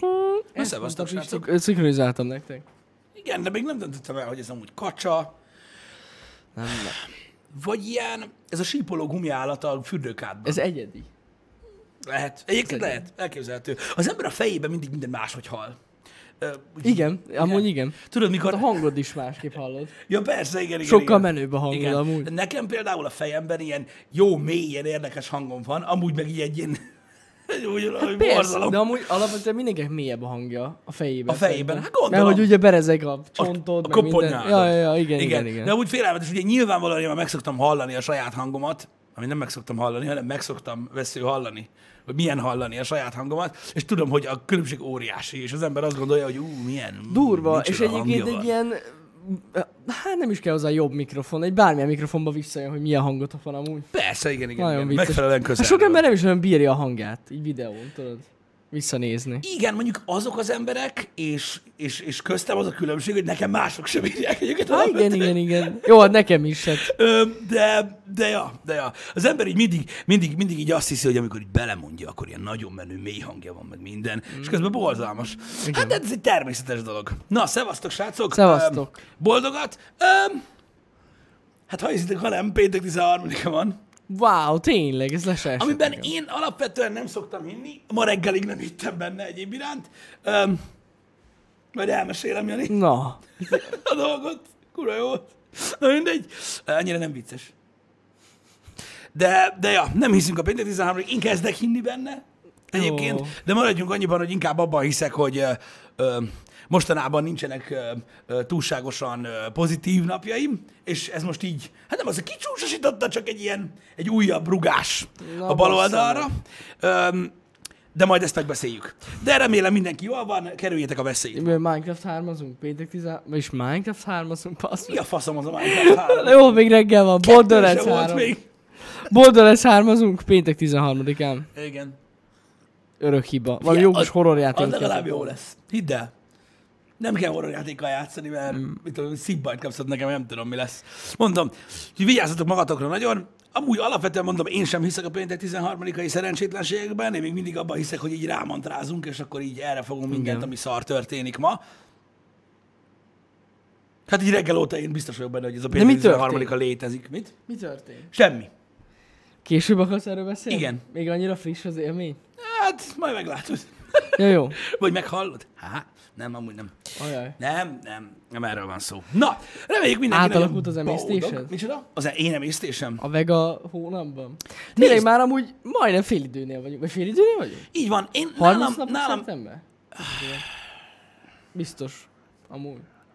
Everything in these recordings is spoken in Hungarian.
Na, szevasztok, srácok. Szinkronizáltam nektek. Igen, de még nem döntöttem el, hogy ez amúgy kacsa, Nem. vagy ilyen, ez a sípoló gumiállat a fürdőkádban. Ez egyedi. Lehet. Egyébként lehet. Elképzelhető. Az ember a fejében mindig minden máshogy hal. Igen, amúgy igen. Tudod, mikor... A hangod is másképp hallod. Ja, persze, igen. Sokkal igen. menőbb a hangod Igen. amúgy. De nekem például a fejemben ilyen jó, mély, ilyen érdekes hangom van, amúgy meg így egy ilyen... Persze, borzalom. de amúgy alapvetően mindenkinek mélyebb a hangja a fejében. A fejében, hát Mert gondolom. hogy ugye berezeg a csontod, A meg minden. koponyádon. Igen. De úgy félelmetes, ugye nyilvánvalóan én már megszoktam hallani a saját hangomat, amit nem megszoktam hallani, hanem megszoktam hallani, hogy milyen hallani a saját hangomat, és tudom, hogy a különbség óriási, és az ember azt gondolja, hogy milyen Durva, és micsoda egyébként hangja egy van. ilyen, hát nem is kell hozzá jobb mikrofon, egy bármilyen mikrofonba visszajön, hogy milyen hangot van amúgy. Persze, igen. Nagyon vicces. Megfelelően Hát közel. sok ember nem is olyan bírja a hangját, így videón, tudod, visszanézni. Igen, mondjuk azok az emberek, és köztem az a különbség, hogy nekem mások sem írják egyébként. Hát igen. Jó, hát nekem is. Hát. De ja. Az ember így mindig így azt hiszi, hogy amikor így belemondja, akkor ilyen nagyon menő, mély hangja van, meg minden. És közben borzalmas. Igen. Hát de ez egy természetes dolog. Na, szevasztok, srácok! Szevasztok. Boldogat! Hát ha hiszitek, ha nem, péntek 13-a van. Wow, tényleg, ez le se esett Amiben nekem. én alapvetően nem szoktam hinni, ma reggelig nem hittem benne egyéb iránt. Majd elmesélem, Jani, Na, a dolgot. Kurva jó volt. Na mindegy. Annyira nem vicces. De ja, nem hiszünk a péntek 13-ig, én kezdek hinni benne egyébként, Jó. de maradjunk annyiban, hogy inkább abban hiszek, hogy mostanában nincsenek túlságosan pozitív napjaim, és ez most így, hát nem az, hogy kicsúsosította, csak egy újabb rugás Na, a bal bassza oldalra. De majd ezt megbeszéljük. De remélem mindenki jól van, kerüljétek a veszélyt. Minecraft 3-azunk, péntek 10, és Minecraft 3-azunk, passz. Mi a faszom az a Minecraft 3? Jó, még reggel van, Borderlands Volt 3. még. Borderlands 3-azunk, péntek 13-án. Igen. Örök hiba. Valami jó kis horrorjáték. Az legalább jó lesz. Hidd el. Nem kell horrorjátékkal játszani, mert mit tudom, szívbajt kapszod nekem, nem tudom, mi lesz. Mondom, hogy vigyázzatok magatokra nagyon. Amúgy alapvetően mondom, én sem hiszek a péntek 13-ai szerencsétlenségekben, én még mindig abban hiszek, hogy így rámantrázunk, és akkor így erre fogunk mindent, Igen. ami szar történik ma. Hát így reggel óta én biztos vagyok benne, hogy ez a mi péntek történt? 13-a létezik. Mit? Mi történt? Semmi. Később akarsz erről beszélni? Igen. Még annyira friss az élmény? Hát, majd meglátod. Ja, jó. Vagy meghallod? Hát, nem, amúgy nem. Ajaj. Nem erről van szó. Na, reméljük mindenki Átalakult nagyon az emésztésed? boldog. Micsoda? Én emésztésem? A vega hónapban? Tényleg már amúgy majdnem félidőnél vagyunk. Vagy félidőnél vagyunk? Így van. Én 30 napos nálam szeptember? Biztos. Amúgy.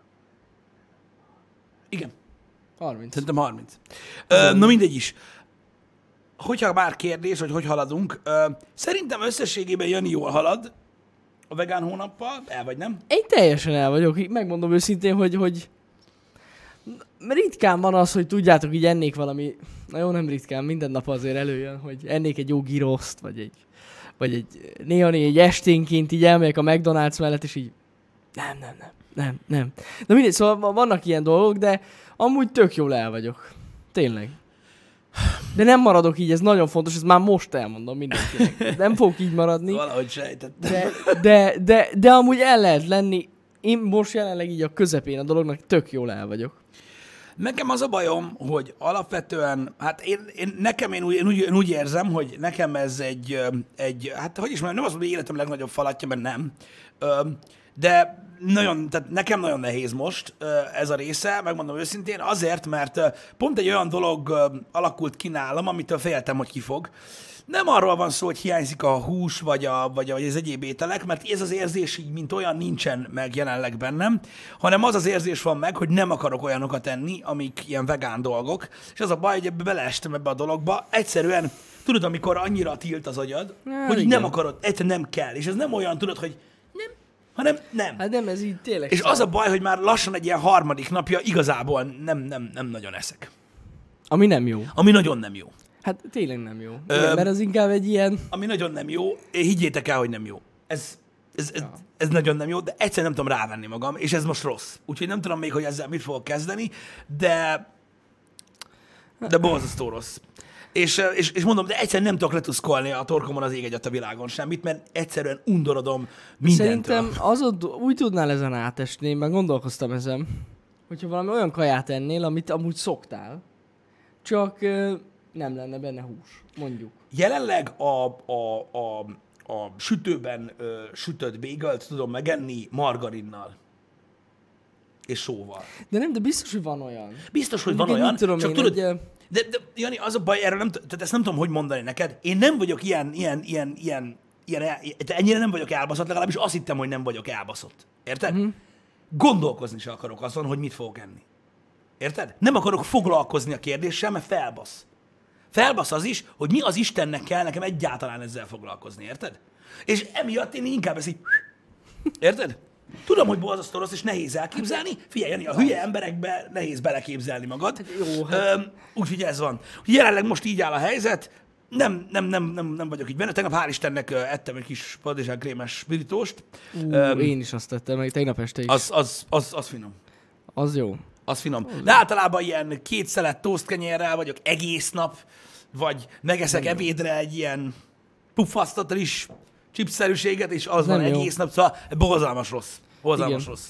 igen, 30. szerintem 30. Na mindegy is. Hogyha már kérdés, hogy haladunk, szerintem összességében Jani jól halad a vegán hónappal, el vagy nem? Én teljesen el vagyok. Megmondom őszintén, hogy ritkán van az, hogy tudjátok, így ennék valami, na jó, nem ritkán, minden nap azért előjön, hogy ennék egy jó giroszt, vagy egy néha egy esténként így elmegyek a McDonald's mellett, és így nem. Na mindegy, szóval vannak ilyen dolgok, de amúgy tök jól el vagyok. Tényleg. De nem maradok így, ez nagyon fontos, ez már most elmondom mindenkinek. Nem fogok így maradni. Valahogy sejtettem. De amúgy el lehet lenni, én most jelenleg így a közepén a dolognak tök jól el vagyok. Nekem az a bajom, hogy alapvetően, hát én úgy érzem, hogy nekem ez hát hogy is mondjam, nem azt mondom, hogy életem legnagyobb falatja, mert nem. De tehát nekem nagyon nehéz most ez a része, megmondom őszintén, azért, mert pont egy olyan dolog alakult ki nálam, amitől féltem, hogy kifog. Nem arról van szó, hogy hiányzik a hús, vagy az egyéb ételek, mert ez az érzés így, mint olyan nincsen meg jelenleg bennem, hanem az az érzés van meg, hogy nem akarok olyanokat enni, amik ilyen vegán dolgok, és az a baj, hogy beleestem ebbe a dologba. Egyszerűen, tudod, amikor annyira tilt az agyad, hogy így nem akarod, egyszerűen nem kell, és ez nem olyan, tudod, hogy nem, hanem nem. Hát nem, ez így tényleg. És az a baj, hogy már lassan egy ilyen harmadik napja igazából nem nagyon eszek. Ami nem jó. Ami nagyon nem jó. Hát tényleg nem jó. Igen, mert az inkább egy ilyen... Ami nagyon nem jó, higgyétek el, hogy nem jó. Ez nagyon nem jó, de egyszerűen nem tudom rávenni magam, és ez most rossz. Úgyhogy nem tudom még, hogy ezzel mit fogok kezdeni, de borzasztó rossz. És mondom, de egyszerűen nem tudok letuszkolni a torkomon az ég egyet a világon semmit, mert egyszerűen undorodom mindentől. Szerintem úgy tudnál ezen átesni, mert gondolkoztam ezen, hogyha valami olyan kaját ennél, amit amúgy szoktál, csak nem lenne benne hús, mondjuk. Jelenleg a sütőben sütött bagelt tudom megenni margarinnal. És sóval. De biztos, hogy van olyan. Biztos, hogy Mondjuk van olyan, tudom csak én, tudod, de Jani, az a baj, erről nem, tehát ezt nem tudom, hogy mondani neked. Én nem vagyok de ennyire nem vagyok elbaszott, legalábbis azt hittem, hogy nem vagyok elbaszott. Érted? Gondolkozni se akarok azon, hogy mit fogok enni. Érted? Nem akarok foglalkozni a kérdéssel, mert felbasz. Felbasz az is, hogy mi az Istennek kell nekem egyáltalán ezzel foglalkozni, érted? És emiatt én inkább ezt így... Érted? Tudom, hogy borzasztó rossz és nehéz elképzelni. Figyelj, Jani, a hülye emberekbe nehéz beleképzelni magad. Hát jó, hát... Úgyhogy ez van. Jelenleg most így áll a helyzet. Nem vagyok így benne. Tegnap hál' Istennek ettem egy kis padizsánkrémes spiritóst. Én is azt tettem, meg tegnap este is. Az finom. Az jó. Az finom. De általában ilyen 2 szelet toastkenyérrel vagyok egész nap, vagy megeszek ebédre egy ilyen puffasztott rizs chipszerűséget, és az van egész nap, szóval borzalmas rossz. Borzalmas rossz.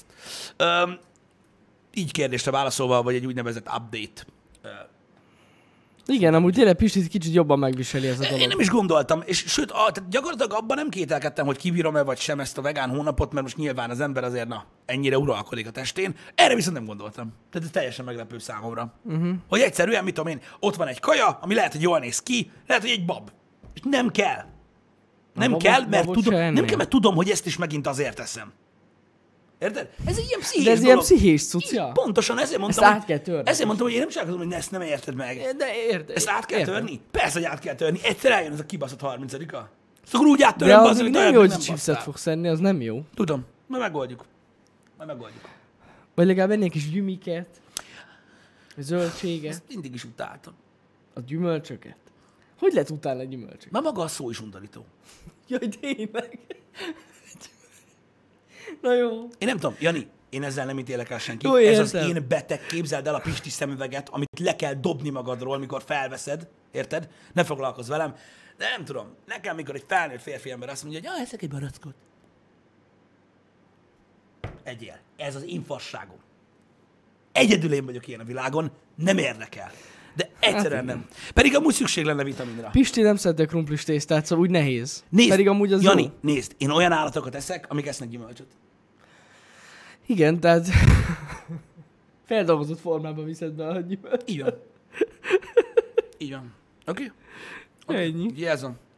Így kérdésre válaszolva, vagy egy úgynevezett update. Igen, amúgy tényleg Pistit kicsit jobban megviseli ez a dolog. Én nem is gondoltam, és sőt, tehát gyakorlatilag abban nem kételkedtem, hogy kibírom-e vagy sem ezt a vegán hónapot, mert most nyilván az ember azért, ennyire uralkodik a testén. Erre viszont nem gondoltam. Tehát ez teljesen meglepő számomra. Hogy egyszerűen, mit tudom én, ott van egy kaja, ami lehet, hogy jól néz ki, lehet, hogy egy bab. És nem kell. Nem kell, mert tudom, hogy ezt is megint azért teszem. Érted? Ez egy ilyen pszichés De ez ilyen pszichés cucca? Pontosan, ezért mondtam, ezt át kell törni. Ezért mondtam, hogy én nem csálkozom, hogy ezt nem érted meg. De érted. Ezt át kell törni? Persze, hogy át kell törni. Egyszer eljön ez a kibaszott 30-a. Szóval úgy áttöröm, de az, hogy nem jó, hogy chipset fogsz enni, az nem jó. Tudom. Majd megoldjuk. Vagy legalább ennél egy kis gyümiket, zöldséget. Ezt mindig is utáltam. A gyümölcsöket. Hogy lehet utálni a gyümölcsöket? Már maga a szó is undorító. Jaj, tényleg. Na jó. Én nem tudom, Jani, én ezzel nem ítélek el senkit. Jó, ez az én beteg, képzeld el a Pisti szemüveget, amit le kell dobni magadról, mikor felveszed, érted? Ne foglalkozz velem. De nem tudom, nekem, mikor egy felnőtt férfi ember azt mondja, hogy eszek egy barackot. Egyél. Ez az én fasságom. Egyedül én vagyok ilyen a világon, nem érdekel. De egyszerűen nem. Pedig amúgy szükség lenne vitaminra. Pisti nem szereti a krumplis tésztát, szóval úgy nehéz. Nézd, pedig amúgy az Jani, jó. Nézd, én olyan állatokat eszek, amik esznek gyümölcsöt. Igen, tehát feldolgozott formában viszed be a gyümölcsöt. Így van. Így van. Oké? Ennyi. Ugye ez van.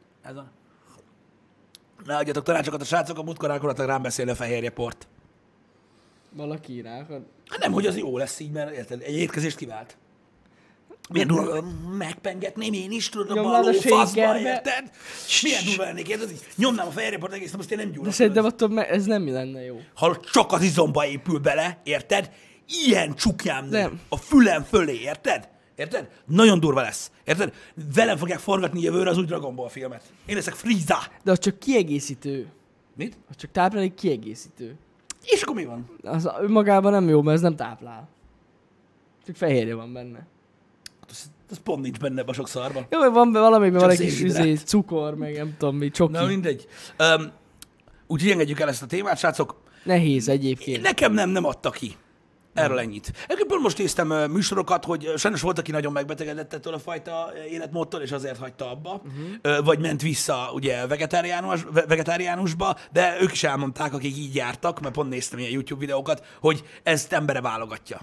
Ne adjatok tanácsokat a srácok, a múltkor akartak rám beszélni a fehérje port. Valaki rá akar. Hát nem, hogy az jó lesz így, mert érted, egy étkezést kivált. Milyen durva, megpengetném én is, tudod, a baló faszba, érted? Milyen durva lennék, érted? Nyomnám a fehérjeport egész, azt én nem gyúrok. De szerintem attól ez nem lenne jó. Ha csak az izomba épül bele, érted? Ilyen csukjám nem. A fülem fölé, érted? Érted? Nagyon durva lesz. Érted? Velem fogják forgatni jövőre az új Dragon Ball filmet. Én leszek Frieza. De az csak kiegészítő. Mit? Az csak táplálék kiegészítő. És akkor mi van? Az önmagában nem jó, mert ez nem táplál. Csak fehérje van benne. Az pont nincs benne a sok szarban. Jó, hogy van valamiben van egy kis cukor, meg nem tudom mi, csoki. Na mindegy. Úgyhogy engedjük el ezt a témát, srácok. Nehéz egyébként. Nekem nem adta ki. Erről ennyit. Egyébként most néztem műsorokat, hogy sajnos volt, aki nagyon megbetegedett ettől a fajta életmódtól, és azért hagyta abba, vagy ment vissza ugye vegetáriánusba, de ők is elmondták, akik így jártak, mert pont néztem ilyen YouTube videókat, hogy ezt embere válogatja.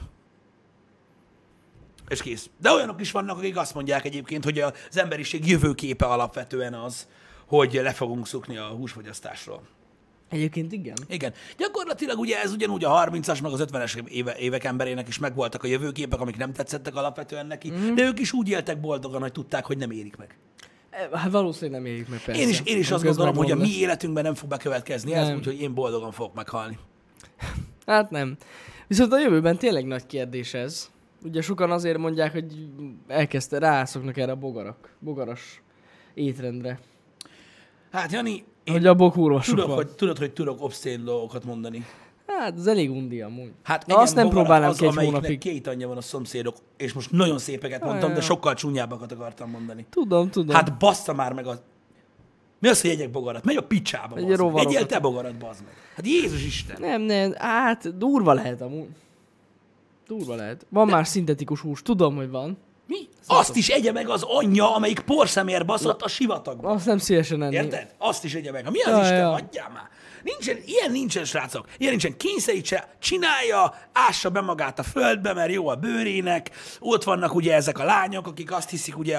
És kész. De olyanok is vannak, akik azt mondják egyébként, hogy az emberiség jövőképe alapvetően az, hogy le fogunk szokni a húsfogyasztásról. Egyébként igen. Igen. Gyakorlatilag ugye ez ugyanúgy a 30-as, meg az 50-es évek emberének is megvoltak a jövőképek, amik nem tetszettek alapvetően neki, de ők is úgy éltek boldogan, hogy tudták, hogy nem érik meg. Hát valószínűleg nem érik meg, persze. Én is azt gondolom, hogy a mi életünkben nem fog bekövetkezni ez, úgyhogy én boldogan fogok meghalni. Hát nem. Viszont a jövőben tényleg nagy kérdés ez. Ugye sokan azért mondják, hogy rászoknak erre a bogaras étrendre. Hát Jani, hogy abból kurva tudod, hogy tudok obszcén dolgokat mondani. Hát, ez elég undi amúgy. Hát Na, azt nem bogarat próbálnám az, ki egy amelyiknek hónapig. 2 anyja van a szomszédok, és most nagyon szépeket mondtam, de sokkal csúnyábbakat akartam mondani. Tudom. Hát bassza már meg az... Mi az, hogy jegyek bogarat? Megy a picsába, bazd meg. rovarokat. Egyél te bogarat, bazd meg. Hát Jézus Isten. Nem, hát durva lehet amúgy. Durva lehet. Van már szintetikus hús, tudom, hogy van. Mi? Azt is egye meg az anyja, amelyik porszemér baszott a sivatagban. Azt nem szívesen enni. Érted? Azt is egye meg. Mi az Ja, Isten? ja. Adjál már. Ilyen nincsen, srácok. Ilyen nincsen. Kényszerítse, csinálja, ássa be magát a földbe, mert jó a bőrének. Ott vannak ugye ezek a lányok, akik azt hiszik ugye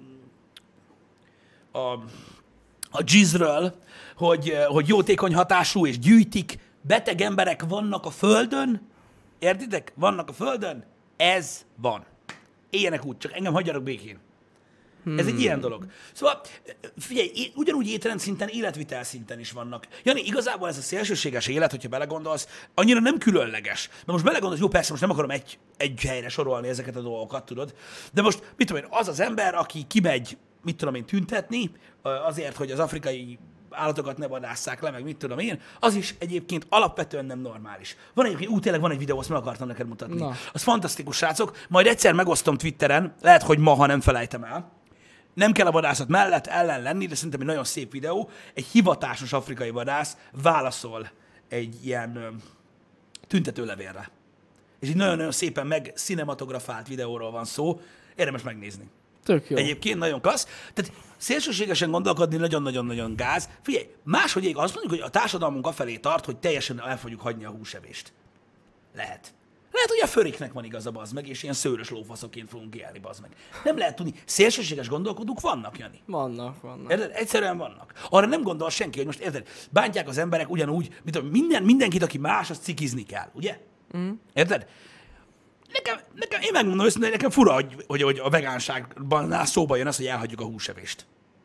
a jazzről, hogy jótékony hatású, és gyűjtik. Beteg emberek vannak a földön. Értitek? Vannak a földön. Ez van. Éljenek úgy, csak engem hagyjanak békén. Ez egy ilyen dolog. Szóval, figyelj, ugyanúgy étrend szinten, életvitel szinten is vannak. Jani, igazából ez a szélsőséges élet, hogyha belegondolsz, annyira nem különleges. Na most belegondolsz, jó, persze, most nem akarom egy helyre sorolni ezeket a dolgokat, tudod, de most, mit tudom én, az az ember, aki kimegy, mit tudom én, tüntetni, azért, hogy az afrikai állatokat ne vadásszák le, meg mit tudom én, az is egyébként alapvetően nem normális. Van egyébként, tényleg van egy videó, azt meg akartam neked mutatni. Na. Az fantasztikus, srácok. Majd egyszer megosztom Twitteren, lehet, hogy ma, ha nem felejtem el. Nem kell a vadászat mellett ellen lenni, de szerintem egy nagyon szép videó. Egy hivatásos afrikai vadász válaszol egy ilyen tüntetőlevélre. És így nagyon-nagyon szépen megcinematografált videóról van szó. Érdemes megnézni. Tök jó. Egyébként nagyon klassz. Tehát szélsőségesen gondolkodni nagyon-nagyon-nagyon gáz. Figyelj, máshogy ég azt mondjuk, hogy a társadalmunk afelé tart, hogy teljesen el fogjuk hagyni a húsevést. Lehet. Lehet, hogy a föriknek van igaza, bazd meg, és ilyen szőrös lófaszoként fogunk élni, bazd meg. Nem lehet tudni. Szélsőséges gondolkodók vannak, Jani. Vannak. Érted? Egyszerűen vannak. Arra nem gondol senki, hogy most érted, bántják az emberek ugyanúgy, mint hogy mindenkit, aki más, azt cikizni kell, ugye? Érted? Nekem, én megmondom őszintén, nekem fura, hogy a vegánságban szóba jön az, hogy elhagyjuk a húsevést.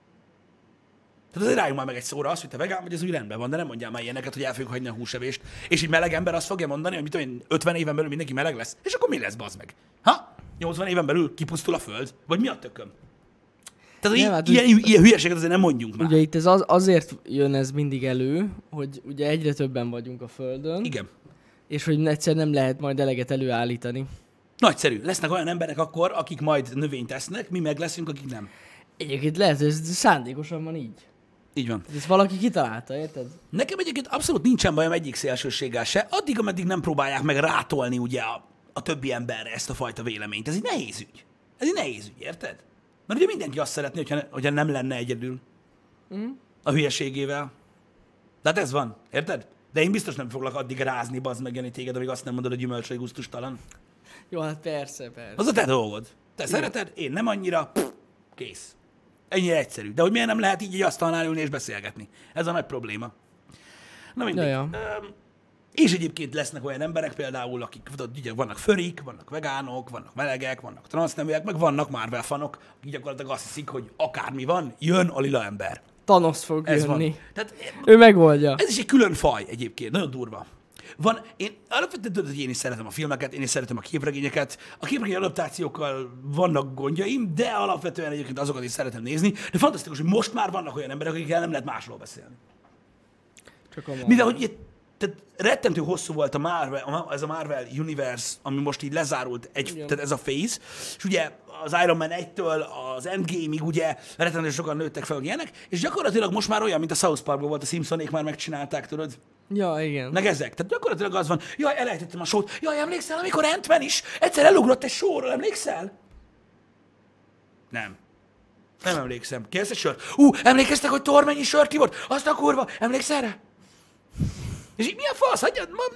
Tehát azért rájunk már meg egy szóra azt, hogy te vegán vagy, ez úgy rendben van, de nem mondjál már ilyeneket, hogy el fogjuk hagyni a húsevést. És így meleg ember azt fogja mondani, hogy mit tudom én, 50 éven belül mindenki meleg lesz. És akkor mi lesz, bazd meg? Ha? 80 éven belül kipusztul a föld? Vagy mi a tököm? Tehát Nem, hát ilyen hülyeséget azért nem mondjunk már. Ugye itt azért jön ez mindig elő, hogy ugye egyre többen vagyunk a Földön, Igen. és hogy egyszer nem lehet majd eleget előállítani. Nagyszerű. Lesznek olyan emberek akkor, akik majd növényt esznek, mi meg leszünk, akik nem. Egyébként lehet, hogy ez szándékosan van így. Így van. Ez valaki kitalálta, érted? Nekem egyébként abszolút nincsen bajom egyik szélsőséggel se, addig, ameddig nem próbálják meg rátolni ugye a többi emberre ezt a fajta véleményt. Ez egy nehéz ügy. Ez egy nehéz ügy, érted? Mert ugye mindenki azt szeretné, hogyha nem lenne egyedül a hülyeségével. De hát ez van, érted? De én biztos nem foglak addig rázni, bazd meg, Jani, téged, amíg azt nem mondod, hogy gyümölcs vagy gusztustalan. Jó, hát persze. Az a te dolgod. Te szereted, én nem annyira, kész. Ennyire egyszerű. De hogy miért nem lehet így egy asztalnál ülni és beszélgetni? Ez a nagy probléma. Na mindegy. Ja. És egyébként lesznek olyan emberek például, akik tudod, ugye vannak förik, vannak vegánok, vannak melegek, vannak transzneműek, meg vannak Marvel fanok, akik gyakorlatilag azt hiszik, hogy akármi van, jön a lila ember. Thanos fog Ez jönni. van. Tehát, Ő megoldja. ez is egy külön faj egyébként, nagyon durva. Én alapvetően tudod, hogy én is szeretem a filmeket, én is szeretem a képregényeket. A képregény adaptációkkal vannak gondjaim, de alapvetően egyébként azokat is szeretem nézni. De fantasztikus, hogy most már vannak olyan emberek, akikkel nem lehet másról beszélni. Csak a Mivel, hogy ugye, tehát rettentő hosszú volt ez a Marvel Universe, ami most így lezárult, tehát ez a phase, és ugye az Iron Man 1-től az Endgame-ig ugye rettentő sokan nőttek fel, ilyenek, és gyakorlatilag most már olyan, mint a South Parkban volt, a Simpsonék már megcsinálták, tudod? Ja, igen. Meg ezek. Tehát gyakorlatilag az van, jaj, elejtettem a sót, jaj, emlékszel, amikor Ant-Man is egyszer elugrott egy sóról, emlékszel? Nem. Nem emlékszem. Kérsz egy sört? Emlékeztek, hogy Thor mennyi sört ki volt? Azt a kurva, emlékszel rá? És így mi a fasz? Hagyjad ma...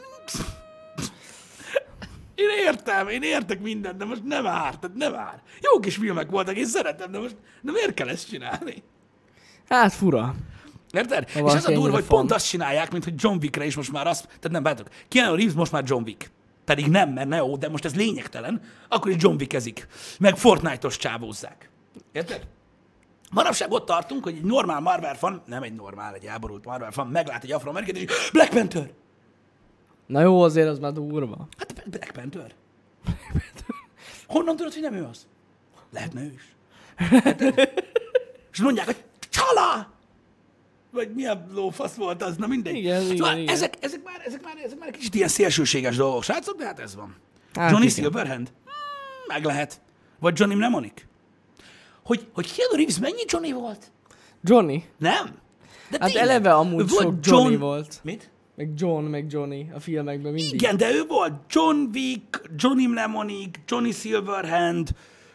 Én értek mindent, de most nem árt, tehát nem árt. Jó kis filmek voltak, én szeretem, de most de miért kell ezt csinálni? Hát fura. Érted? És valaki ez a durva, ennyire hogy pont azt csinálják, mint hogy John Wickre is most már azt, tehát nem várjátok, Keanu Reeves most már John Wick. Pedig nem, mert ne jó, de most ez lényegtelen, akkor is John Wickezik. Meg Fortnite-os csávózzák. Érted? Manapság ott tartunk, hogy egy normál Marvel fan, nem egy normál, egy elborult Marvel fan, meglát egy afroamerikát, és Black Panther! Na jó, azért az már durva. Hát Black Panther. Honnan tudod, hogy nem ő az? Lehetne ő is. Érted? És mondják, hogy csala! vagy mi a lófasz volt az, na mindegy. Igen, szóval igen. Ezek már kicsit ilyen szélsőséges dolgok, srácok, de hát ez van. Hát Johnny igen. Silverhand? Meg lehet. Vagy Johnny Mnemonic? Hogy Keanu Reeves mennyi Johnny volt? Johnny. Nem? De Hát tényleg, eleve amúgy ő volt sok Johnny volt. Mit? Meg John, meg Johnny a filmekben mindig. Igen, de ő volt John Wick, Johnny Mnemonic, Johnny Silverhand.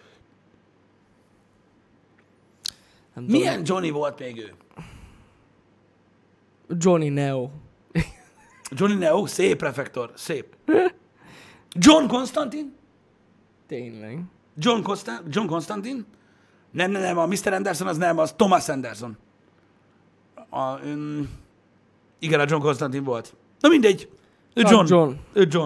Nem tudom. Milyen Johnny volt még ő? Johnny Neo. Johnny Neo, szép reflektor, szép. John Constantine? Tényleg. John Constantine? Nem, a Mr. Anderson az nem, az Thomas Anderson. Igen, a John Constantine volt. Na mindegy. Ő John. John. Ő John.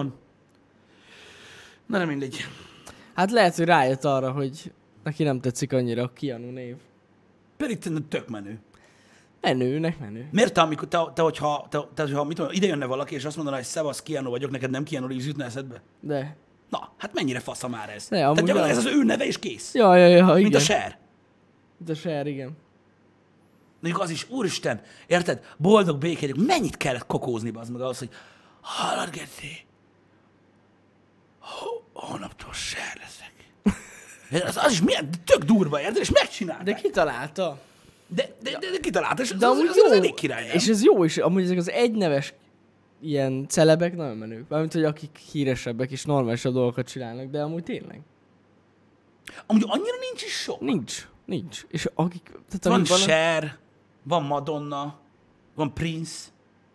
Na nem mindegy. Hát lehet, hogy rájött arra, hogy neki nem tetszik annyira a Keanu név. Pedig tök menő. Menőnek menő. Miért te, amikor hogyha mit tudom, ide jönne valaki, és azt mondaná, hogy szevasz, Keanu vagyok, neked nem Keanu Reeves jutna eszedbe? De. Na, hát mennyire fasza már ez? De, amúgy Tehát gyakorlatilag az. ez az ő neve, és kész. Ja, igen. Mint a Cher. De Cher, igen. Mondjuk az is, úristen, érted? Boldog békédik, mennyit kellett kokózni az meg ahhoz, hogy hallod, Geci? Hónaptól Cher leszek. Az is milyen tök durva, érted? És megcsinálták. De kitalálta. De kitalálta, és De az amúgy az elég király, nem? És ez jó, és amúgy ezek az egyneves ilyen celebek nagyon menők. Mármint, hogy akik híresebbek és normálisabb dolgokat csinálnak, de amúgy tényleg. Amúgy annyira nincs is sok. Nincs. És akik... Tehát Van amíg Cher, van Madonna, van Prince.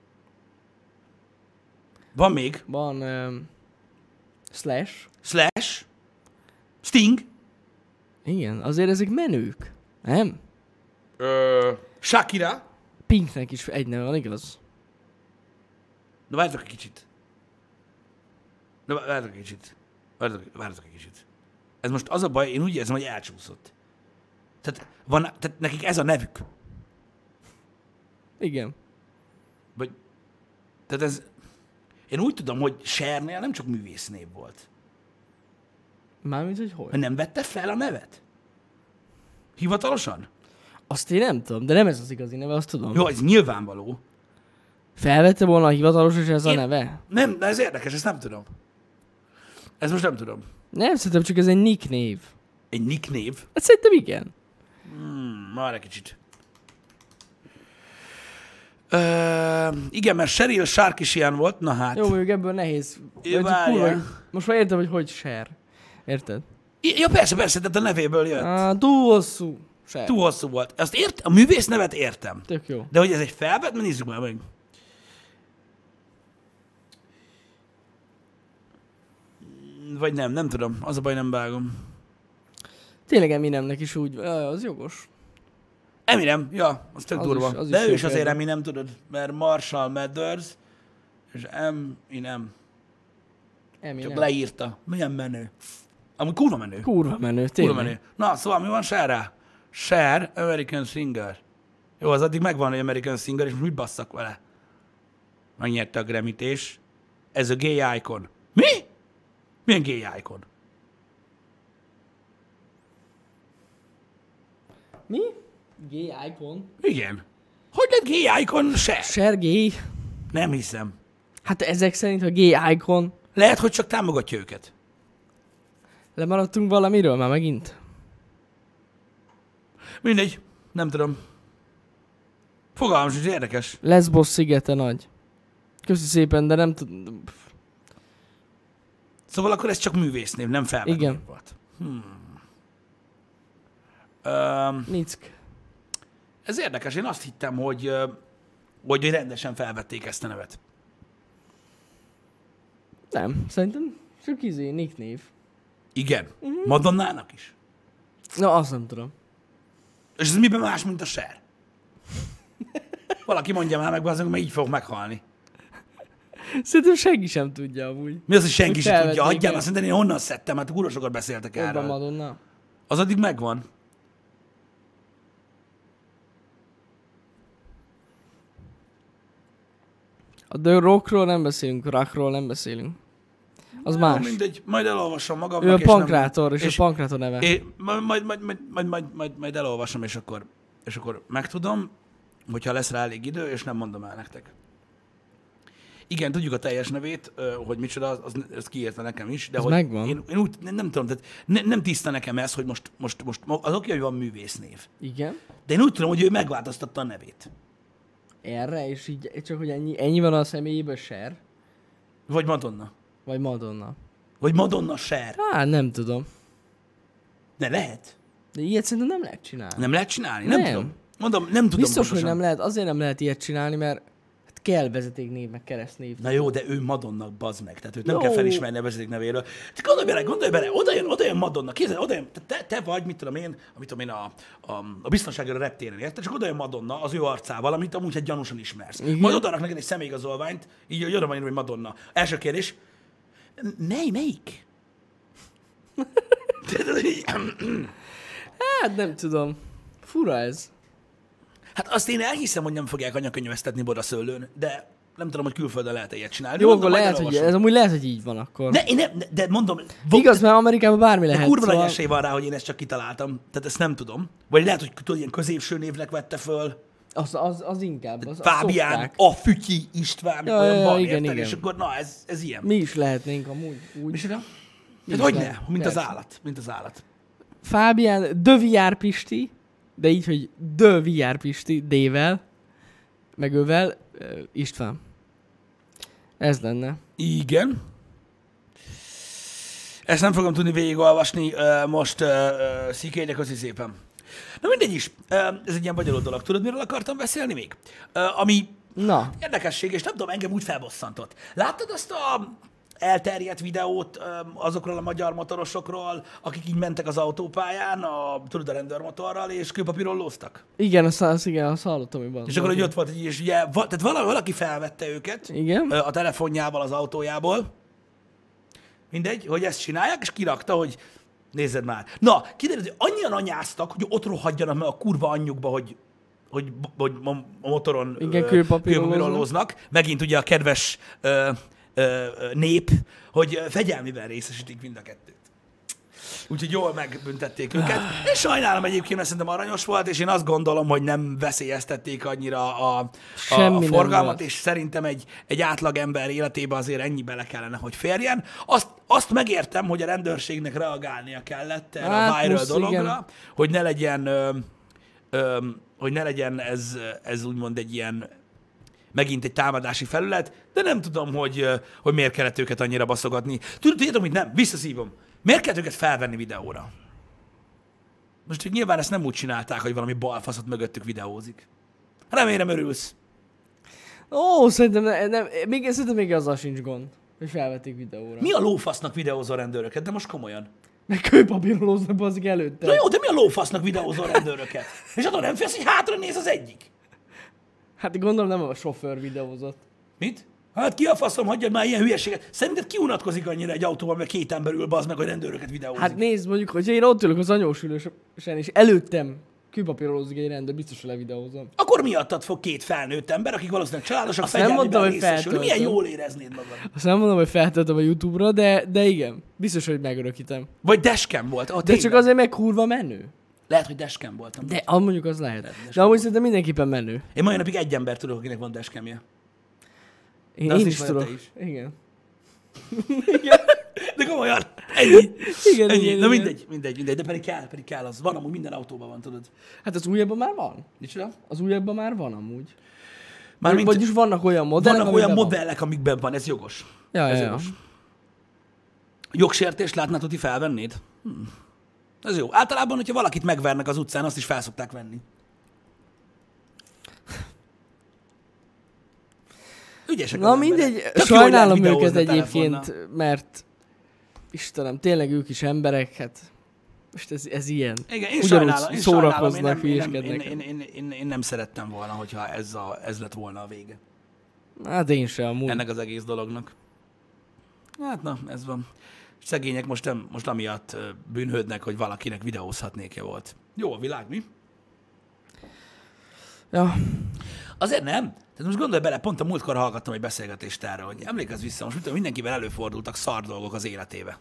Van még Van Slash. Slash, Sting, Igen, azért ezek menők. Nem? Shakira. Pinknek is egy neve van, igaz? Na várjatok egy kicsit. Várjatok egy kicsit. Ez most az a baj, én úgy érzem, hogy elcsúszott. Tehát nekik ez a nevük. Igen. Vagy, tehát ez... Én úgy tudom, hogy Chernél nem csak művésznév volt. Mármint, hogy Mert nem vette fel a nevet? Hivatalosan? Azt én nem tudom, de nem ez az igazi neve, azt tudom. Jó, ez nyilvánvaló. Felvette volna a hivatalos, és ez a Én- neve? Nem, de ez érdekes, ezt nem tudom. Ezt most nem tudom. Nem, szerintem csak ez egy nick név. Egy nicknév? Hát szerintem igen. Már egy kicsit. Igen, mert Sheryl Shark is ilyen volt, na hát. Jó, mondjuk ebből nehéz. Vagy várjál. most már értem, hogy Cher. Érted? Ja, persze, tehát a nevéből jött. Túl hosszú. Cher. Túl hosszú volt. Azt a művész nevet értem. Tök jó. De hogy ez egy felvett, mert nézzük már meg. Vagy nem tudom. Az a baj, nem vágom. Tényleg Eminemnek is úgy, az jogos. Eminem, ja, az tök Az durva. is- az De is ő jó is azért példa. Eminem, tudod, mert Marshall Mathers, és Eminem. Eminem. Csak leírta. Milyen menő. Amúgy kurva menő. Kurva menő, Kurva tényleg. menő. Na, szóval mi van Cher-rel? Cher, American Singer. Jó, az addig megvan, hogy American Singer, és most mit basszak vele? Megnyerte a Grammy-t, és ez a gay icon. Mi? Milyen gay icon? Mi? Gay icon? Igen. Hogy lett gay icon Cher? Cher gay? Nem hiszem. Hát ezek szerint, ha gay icon, Lehet, hogy csak támogatja őket. lemaradtunk valamiről már megint? Mindegy. Nem tudom. Fogalmam sincs, érdekes. Lesbos szigete nagy. Köszi szépen, de nem tudom. Szóval akkor ez csak művésznév, nem felvett Igen. név volt. Nick. Ez érdekes. Én azt hittem, hogy rendesen felvették ezt a nevet. Nem, szerintem csak Nick név. Igen. Madonnának is. Na, azt nem tudom. És ez miben más, mint a Cher? Valaki mondja már meg, azok, mert így fogok meghalni. Szerintem senki sem tudja amúgy. Mi az, hogy senki Hogy sem tudja? felvették Adjál, el. azt szerintem én honnan szedtem, hát kurva sokat beszéltek Oda erről. Madonna. Az addig megvan. A The Rockról nem beszélünk, Rockról nem beszélünk. Az más. Jó, mindegy, majd elolvasom magamnak. Ő a és nem- pankrátor, és a pankrátor neve. majd elolvasom, és akkor megtudom. hogyha lesz rá elég idő, és nem mondom el nektek. Igen, tudjuk a teljes nevét, hogy micsoda, az kiírta nekem is, de Ez hogy megvan. én úgy nem tudom, tehát nem tiszta nekem ez, hogy most az oké, hogy van művésznév. Igen. De én úgy tudom, hogy ő megváltoztatta a nevét. Erre, és így csak, hogy ennyi van a személyéből Cher, Vagy Madonna. vagy Madonna. Vagy Madonna Cher. Hát nem tudom. De lehet. De ilyet szerintem nem lehet csinálni. Nem lehet csinálni? Nem, Nem. tudom. Mondom, nem tudom Biztos, hogy pontosan. nem lehet. Azért nem lehet ilyet csinálni, mert hát kell vezetéknév, meg keresztnév. Na jó, de ő Madonna, bazd meg. Tehát őt nem Jó. kell felismerni a vezeték nevéről. Te gondolj bele, oda jön Madonna, képzeld, oda jön, te vagy, mit tudom én, a biztonságra reptéren, érted? Csak oda jön Madonna az ő arcával, amit amúgy egy gyanúsan ismersz. Igen. Majd odaadnak neked egy személyigazolványt, így hogy oda van írva, hogy Madonna. Első kérdés, melyik? Hát nem tudom. Fura ez. Hát azt én elhiszem, hogy nem fogják anyakönyvesztetni Bodaszőlőn, de nem tudom, hogy külföldön lehet ilyet csinálni. Jó, Mondom, akkor majd lehet, hogy elolvasom. ez amúgy lehet, hogy így van akkor. De mondom, Igaz, mert Amerikában bármi lehet. kurva nagy szóval- esély van rá, hogy én ezt csak kitaláltam. Tehát ezt nem tudom. Vagy lehet, hogy tudod, ilyen középső névnek vette föl. Az inkább. Az Fábián, szokták. a Fütyi István, Ja, olyan ja, van, igen, érted? igen. És akkor na, ez ilyen. Mi is lehetnénk amúgy. Úgy. Micsoda? Mi Hát is hogy ne? lehet. Mint az Persze. állat. Mint az állat. Fábián, de VR Pisti, de így, hogy de VR Pisti, D-vel, meg ővel, István. Ez lenne. Igen. Ezt nem fogom tudni végigolvasni most Szikényre, köszi szépen. Na mindegy is, ez egy ilyen bonyolult dolog. Tudod, miről akartam beszélni még? Ami Na, érdekesség, és nem tudom, engem úgy felbosszantott. Láttad azt a elterjedt videót azokról a magyar motorosokról, akik így mentek az autópályán, tudod, a rendőrmotorral, és kőpapíron lóztak? igen, azt hallottam, hogy van. És akkor, hogy ott volt, és ugye, tehát valaki felvette őket Igen. a telefonjával, az autójából, mindegy, hogy ezt csinálják, és kirakta, hogy nézzed már. Na, kiderült, hogy annyian anyáztak, hogy ott rohadjanak meg a kurva anyjukba, hogy a motoron Igen, kőpapírolóznak. Megint ugye a kedves nép, hogy fegyelmiben részesítik mind a kettőt. Úgyhogy jól megbüntették őket. És sajnálom egyébként, mert szerintem aranyos volt, és én azt gondolom, hogy nem veszélyeztették annyira a Semmi nem forgalmat, volt. és szerintem egy átlag ember életébe azért ennyi bele kellene, hogy férjen. Azt megértem, hogy a rendőrségnek reagálnia kellett erre a viral plusz, dologra, igen. hogy ne legyen ez úgymond egy ilyen megint egy támadási felület, de nem tudom, hogy miért kellett őket annyira baszogatni. Tudjátok, mit nem? Visszaszívom. Miért kellett őket felvenni videóra? Most hogy nyilván ezt nem úgy csinálták, hogy valami balfaszot mögöttük videózik. Remélem örülsz. Ó, szerintem szerintem még azzal sincs gond, hogy felvették videóra. Mi a lófasznak videózó rendőröket? De most komolyan. Meg kőpapírolóznak bazzik előtte. Na jó, de mi a lófasznak videózó rendőröket? És attól nem félsz, hogy hátra néz az egyik? Hát gondolom nem a sofőr videózott. Mit? Hát ki a faszom, hagyjad már ilyen hülyeséget. Szerinted ki unatkozik annyira egy autóban, mert két ember ül, bazd meg, hogy rendőröket videózik? Hát nézd, mondjuk, hogyha én ott ülök az anyósülősen, és előttem kőpapírolózik egy rendőr, biztos, hogy levideózom. Akkor miattad fog két felnőtt ember, akik valószínűleg családosak, Azt nem mondtam, fegyelmiben hogy részesülni. Milyen feltöltöm. jól éreznéd magad. Azt nem mondom, hogy feltöltöm a YouTube-ra, de igen. Biztos, hogy megörökítem. Vagy dashcam volt. Ah, De tényleg. csak azért meg kurva menő. Lehet, hogy dashcam voltam. De mondjuk az lehet. De amúgy szerintem mindenképpen menő. Én mai napig egy ember tudok, akinek van dashcamja. Én, De azt én is is vagy tudok. te is. Igen. De komolyan, ennyi. Igen, Ennyi. igen, Na igen. mindegy, de pedig kell az. Van, amúgy minden autóban van, tudod. Hát az újabban már van. Micsoda? Az újabban már van amúgy. Mármint Vagyis vannak olyan modellek, vannak olyan amiben modellek, amikben van, ez jogos. Van. Ez Ja. jogos. Jogsértést látnád, hogy felvennéd? Ez jó. Általában, hogyha valakit megvernek az utcán, azt is felszokták venni. Ügyesek Na az emberek. mindegy, Tök jó, hogy sajnálom lehet őket videózni egyébként, telefonnal. mert Istenem, tényleg ők is emberek, hát most ez ilyen. Igen, én Ugyanúgy sajnálom, szórakoznak, hülyeskednek. én nem szerettem volna, hogyha ez lett volna a vége Hát én sem amúgy. ennek az egész dolognak. Hát na, ez van. Szegények most amiatt bűnhődnek, hogy valakinek videózhatnékja volt. Jó a világ, mi? Ja. Azért nem. Tehát most gondolj bele, pont a múltkor hallgattam egy beszélgetést erről, hogy emlékezz vissza, most mindenkivel előfordultak szar dolgok az életébe.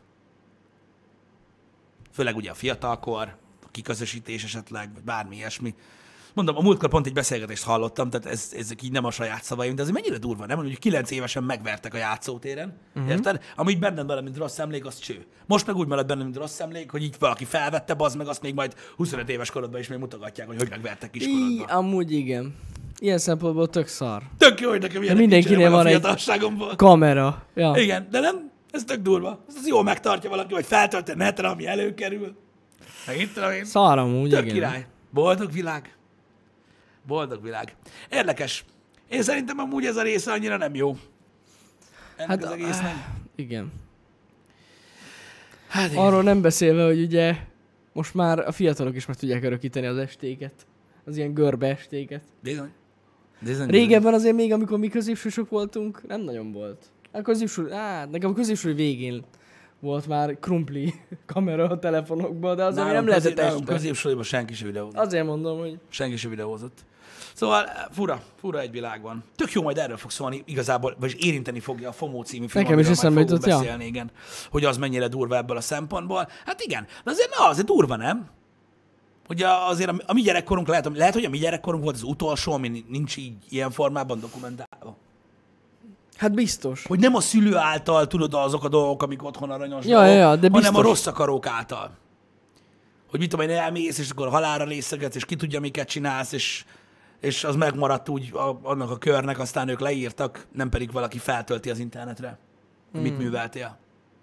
Főleg ugye a fiatalkor, a kiközösítés esetleg, vagy bármi ilyesmi. Mondom, a múltkor pont egy beszélgetést hallottam, tehát ezek így nem a saját szavaim, de ez mennyire durva, nem? Hogy 9 évesen megvertek a játszótéren, érted? Ami így bennem vele, mint rossz emlék, az cső. Most meg úgy marad bennem, mint rossz emlék, hogy így valaki felvette, bazd meg, azt még majd 25 éves korodban is még mutogatják, hogy megvertek kiskorodban. Amúgy igen. Ilyen szempontból tök szar. Tök jó, hogy nekem ilyenek mindenkinél van a egy fiatalságomból. kamera. Ja. Igen, de nem, ez tök durva. Ez jól megtartja valaki, vagy feltölti a netre, ami előkerül. Megint tudom én. Szar amúgy, Tök igen. király. Boldog világ. Boldog világ. Érdekes. Én szerintem amúgy ez a része annyira nem jó. Ennek az egésznek. Igen. Hát igen. Arról nem beszélve, hogy ugye most már a fiatalok is meg tudják örökíteni az estéket. Az ilyen görbe estéket. Bizony. Régebben azért még, amikor mi középsősök voltunk, nem nagyon volt. Nekem a középső végén volt már krumpli kamera a telefonokban, de azért nem lehetett este. Középsőjében senki se videózott. Azért mondom, hogy... Senki se videózott. Szóval fura egy világ van. Tök jó, majd erről fog szólni igazából, vagy érinteni fogja a FOMO című film, nekem is eszembe majd fogunk jutott, beszélni, igen, hogy az mennyire durva ebből a szempontból. Hát igen, de azért durva, nem? Ugye azért a mi gyerekkorunk lehet, hogy a mi gyerekkorunk volt az utolsó, ami nincs így ilyen formában dokumentálva. Hát biztos. Hogy nem a szülő által tudod azok a dolgok, amik otthon aranyos de biztos. hanem a rossz akarók által. Hogy mit tudom én, elmész, és akkor halálra részegetsz, és ki tudja, miket csinálsz, és az megmaradt úgy annak a körnek, aztán ők leírtak, nem pedig valaki feltölti az internetre, hogy mit műveltél.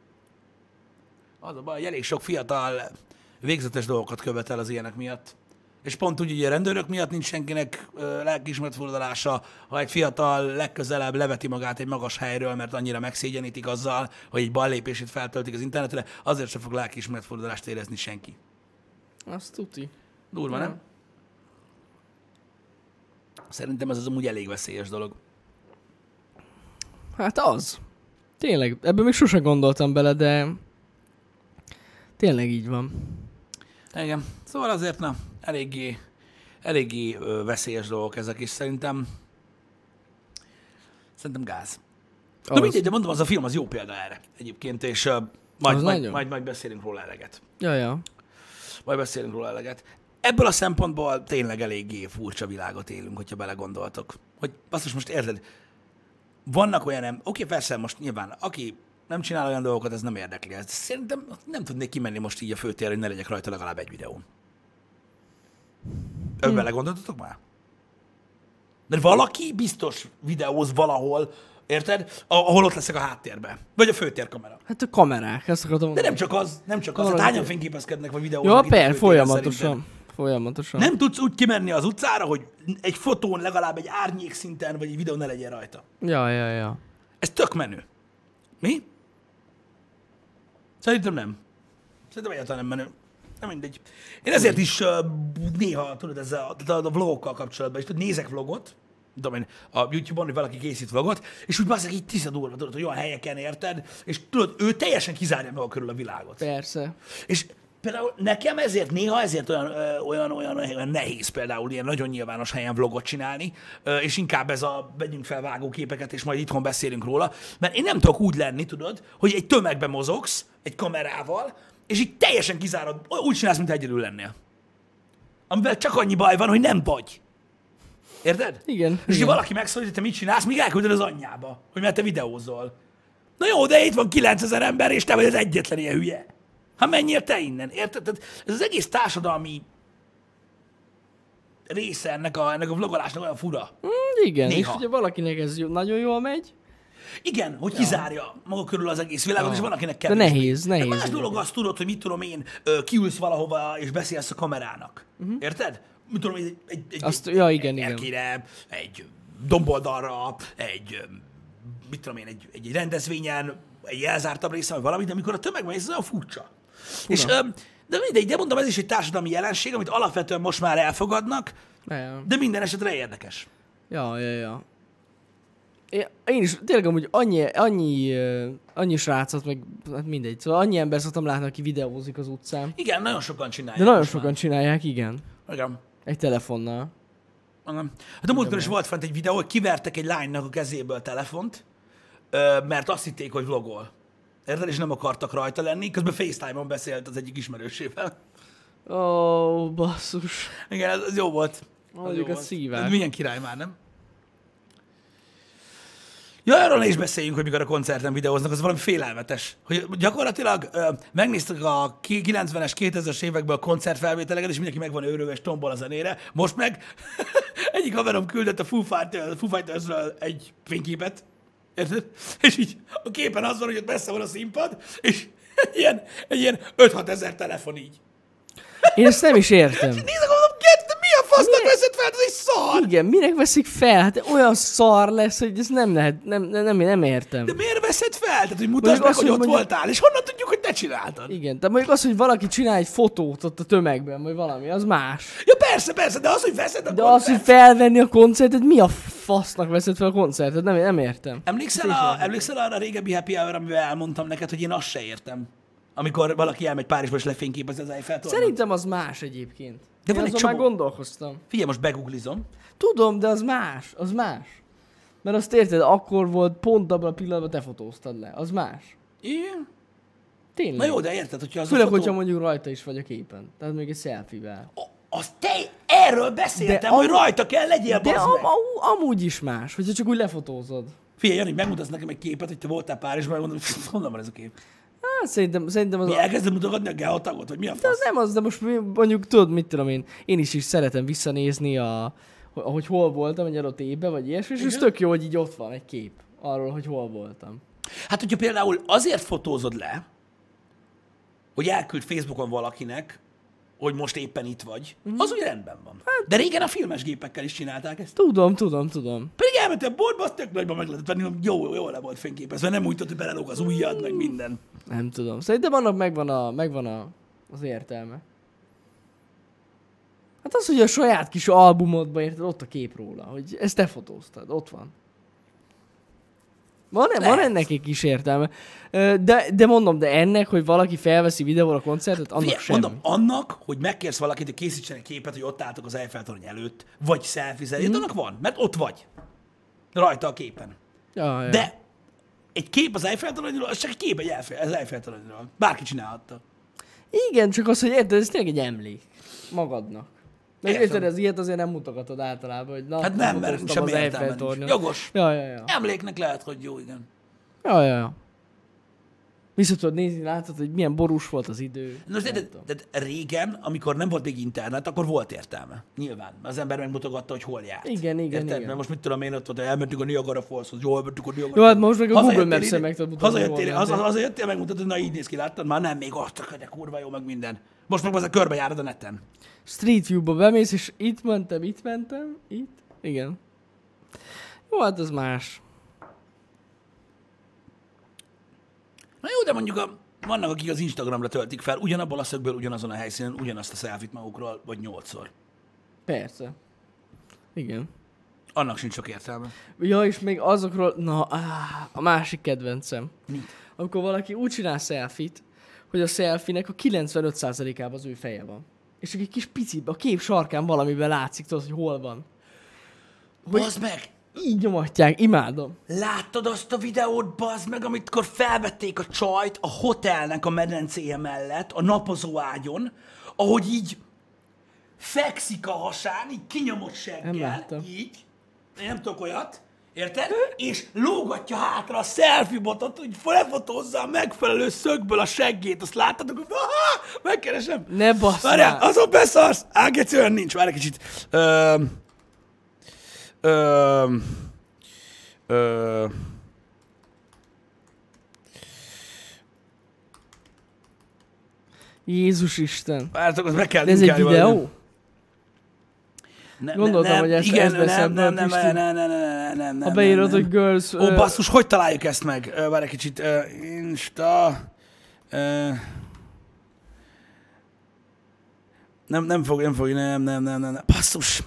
Az a baj, hogy elég sok fiatal végzetes dolgokat követel az ilyenek miatt. És pont úgy, hogy a rendőrök miatt nincs senkinek lelkiismeretfordulása, ha egy fiatal legközelebb leveti magát egy magas helyről, mert annyira megszégyenítik azzal, hogy egy ballépését feltöltik az internetre, azért sem fog lelkiismeretfordulást érezni senki. Azt tuti. Durva, nem? Szerintem ez az amúgy elég veszélyes dolog. Hát az. Tényleg, ebben még sosem gondoltam bele, de tényleg így van. Igen. Szóval azért eléggé veszélyes dolgok ezek, és szerintem gáz. Na mindegy, de mondom, az a film az jó példa erre egyébként, és majd beszélünk róla eleget. Ja. Majd beszélünk róla eleget. Ebből a szempontból tényleg eléggé furcsa világot élünk, hogyha belegondoltok. Hogy basszus, most érted, vannak olyan oké, persze most nyilván, aki nem csinál olyan dolgokat, ez nem érdekli. Ez szerintem nem tudnék kimenni most így a főtérre, hogy ne legyek rajta legalább egy videón. Belegondoltatok már? Mert valaki biztos videóz valahol, érted? Ahol ott leszek a háttérben. Vagy a főtérkamera. Hát a kamerák, ezt akarom. De nem csak az. Hát hányan fényképezkednek, vagy videóznak. Jó, persze, folyamatosan. Nem tudsz úgy kimenni az utcára, hogy egy fotón legalább egy árnyék szinten, vagy egy videó ne legyen rajta. Ja. Ez tök menő. Mi? Szerintem nem. Szerintem egyáltalán nem menő. Nem mindegy. Én ezért is néha, tudod, ezzel a vlogokkal kapcsolatban, és tudod, nézek vlogot, tudom én, a YouTube-on, hogy valaki készít vlogot, és úgy basszak így tisztadurva, tudod, hogy olyan helyeken érted, és tudod, ő teljesen kizárja maga körül a világot. Persze. És például nekem néha olyan nehéz például ilyen nagyon nyilvános helyen vlogot csinálni, és inkább ez a vegyünk fel vágóképeket, és majd itthon beszélünk róla, mert én nem tudok úgy lenni, tudod, hogy egy tömegben mozogsz egy kamerával, és így teljesen kizárod, úgy csinálsz, mint egyedül lennél. Amivel csak annyi baj van, hogy nem vagy. Érted? Igen. És ha valaki megszólít, hogy te mit csinálsz, még elküldöd az anyjába, hogy mert te videózol. Na jó, de itt van 9000 ember, és te vagy az egyetlen ilyen hülye. Hát menjél te innen, érted? Tehát ez az egész társadalmi része ennek a vlogolásnak olyan fura. Igen, néha. és ugye valakinek ez nagyon jól megy. Igen, hogy kizárja maga körül az egész világot, és van, akinek kevés. De nehéz. De más dolog azt tudod, hogy mit tudom én, kiülsz valahova, és beszélsz a kamerának. Érted? Mit tudom, egy erkére, egy domboldalra, mit tudom én, egy rendezvényen, egy elzártabb részen, vagy valamit, de amikor a tömegben ez olyan furcsa. És, de mindegy, de mondom, ez is egy társadalmi jelenség, amit alapvetően most már elfogadnak, de minden esetre érdekes. Ja. Én is tényleg amúgy annyi srácot, meg hát mindegy, szóval annyi ember szoktam látni, aki videózik az utcán. Igen, nagyon sokan csinálják. De nagyon sokan csinálják, igen. Igen. Egy telefonnal. Hát a múltkor is volt fent egy videó, hogy kivertek egy lánynak a kezéből telefont, mert azt hitték, hogy vlogol. Érted? És nem akartak rajta lenni, közben FaceTime-on beszélt az egyik ismerősével. Ó, basszus. Igen, ez jó volt. Mondjuk a szívás. Milyen király már, nem? Ja, arról ne is beszéljünk, hogy mikor a koncerten videóznak, az valami félelmetes. Hogy gyakorlatilag megnéztük a 90-es, 2000-es években a koncertfelvételeket, és mindenki meg van őrülve, és tombol a zenére. Most meg egyik haverom küldött a Foo Fighters-ről egy fényképet, érted? És így a képen az van, hogy ott messze van a színpad, és egy ilyen 5-6 ezer telefon így. Én ezt nem is értem. Nézzük, mondom, de mi a fasznak veszed fel? Ez egy szar! Igen, minek veszik fel? Hát olyan szar lesz, hogy ez nem lehet, nem értem. De miért veszed fel? Tehát, hogy mutasd meg, hogy ott voltál, és honnan tudjuk, hogy te csináltad? Igen, tehát mondjuk az, hogy valaki csinál egy fotót ott a tömegben, vagy valami, az más. Ja persze, de az, hogy veszed a De az, hogy felvenni a koncertet, mi a fasznak veszed fel a koncertet? Nem értem. Emlékszel arra a régebbi happy hour, amivel elmondtam neked, hogy én azt se értem? Amikor valaki elmegy Párizsba és lefényképez az Eiffel-tornyot? Szerintem az más egyébként. De van én egy azon csomó... már gondolkoztam. Figyelj, most begooglizom. Tudom, de az más. Mert azt érted, akkor volt, pont abban a pillanatban te fotóztad le. Az más. Igen? Tényleg. Na jó, de érted, hogyha az Főleg, a fotó... hogyha mondjuk rajta is vagy a képen. Tehát még egy selfie-vel. Erről beszéltem, hogy rajta kell legyél, De bazd meg. amúgy is más, hogyha csak úgy lefotózod. Figyelj, Jani, megmutatsz nekem egy képet, hogy te voltál Párizsban, és mondom, honnan van ez a kép? Hát szerintem az... Mi elkezdem mutogatni a geotagot, vagy mi a De az fasz? nem az, de most mondjuk tudod, mit tudom én is szeretem visszanézni, hogy hol voltam egy adott évben, vagy ilyesmi, és ez tök jó, hogy így ott van egy kép arról, hogy hol voltam. Hát, hogyha például azért fotózod le, hogy elküld Facebookon valakinek, hogy most éppen itt vagy, az úgy rendben van. Hát, de régen a filmes gépekkel is csinálták ezt. Tudom. Pedig elmentél a boltba, azt tök nagyban meg lehetett venni, hogy jó le volt fényképezve, nem úgy tudod, hogy belelóg az ujjad, meg minden. Nem tudom. Szerintem annak megvan az értelme. Hát az, hogy a saját kis albumodban érted, ott a kép róla, hogy ezt te fotóztad, ott van. Van ennek egy kis értelme. De mondom, de ennek, hogy valaki felveszi videóra a koncertet, annak Figyelj, semmi. mondom, annak, hogy megkérsz valakit, hogy készítsen egy képet, hogy ott álltok az Eiffel-torony előtt, vagy selfie-zel, annak van, mert ott vagy. Rajta a képen. Ja. De egy kép az Eiffel-toronyról, az csak egy kép az Eiffel-toronyról. Bárki csinálhatta. Igen, csak az, hogy érted, ez tényleg egy emlék magadnak. Mert Értem. érted, ez ilyet azért nem mutogatod általában, hogy na, Hát nem, mert fotóztam semmi az értelme nincs. Eiffel-tornyot. Jogos. Ja. Emléknek lehet, hogy jó, igen. Ja. Vissza tudod nézni, látod, hogy milyen borús volt az idő. Most de régen, amikor nem volt még internet, akkor volt értelme. Nyilván. Az ember megmutogatta, hogy hol járt. Igen. Érted? Mert most mit tudom én, ott volt, hogy elmentünk a Niagara Falls-hoz, jól elmentünk a Niagara Jó, hát most meg a Google Hazajöttél Maps-en ide- meg tudod mutatni, Hazajöttél, megmutatod, hogy na így néz ki, láttad? Már nem, még azt de kurva jó, meg minden. Most meg az a körbe járod a neten. Street View-ba bemész, és itt mentem. Igen. Jó, hát ez más. Na jó, de mondjuk vannak, akik az Instagramra töltik fel, ugyanabból a szögből, ugyanazon a helyszínen, ugyanazt a selfie-t magukról, vagy 8-szor. Persze. Igen. Annak sincs sok értelme. Ja, és még azokról, a másik kedvencem. Mit? Amikor valaki úgy csinál selfie-t, hogy a selfie-nek a 95%-ában az ő feje van. És csak egy kis picit, a kép sarkán valamiben látszik, tudod, hogy hol van. Bazd meg! Így nyomatják, imádom. Láttad azt a videót, bazd meg, amikor felvették a csajt a hotelnek a medencéje mellett, a napozó ágyon, ahogy így fekszik a hasán, így kinyomott Nem seggel, láttam. így, én nem tudok olyat, érted? És lógatja hátra a selfie botot, hogy lefotózza a megfelelő szögből a seggét, azt láttad, akkor megkeresem. Ne bassz Várjál, már. azon beszarsz! Ágeci, olyan nincs, várj egy kicsit. Jézus Isten. Várjátok, azt meg kell De ez egy linkelni videó? valahogy. Gondoltam, hogy ezt veszem be, Pisti. Nem. Ha beírod, hogy girls... Ó, basszus, hogy találjuk ezt meg? Várj egy kicsit. Insta... Nem fog, nem. Basszus.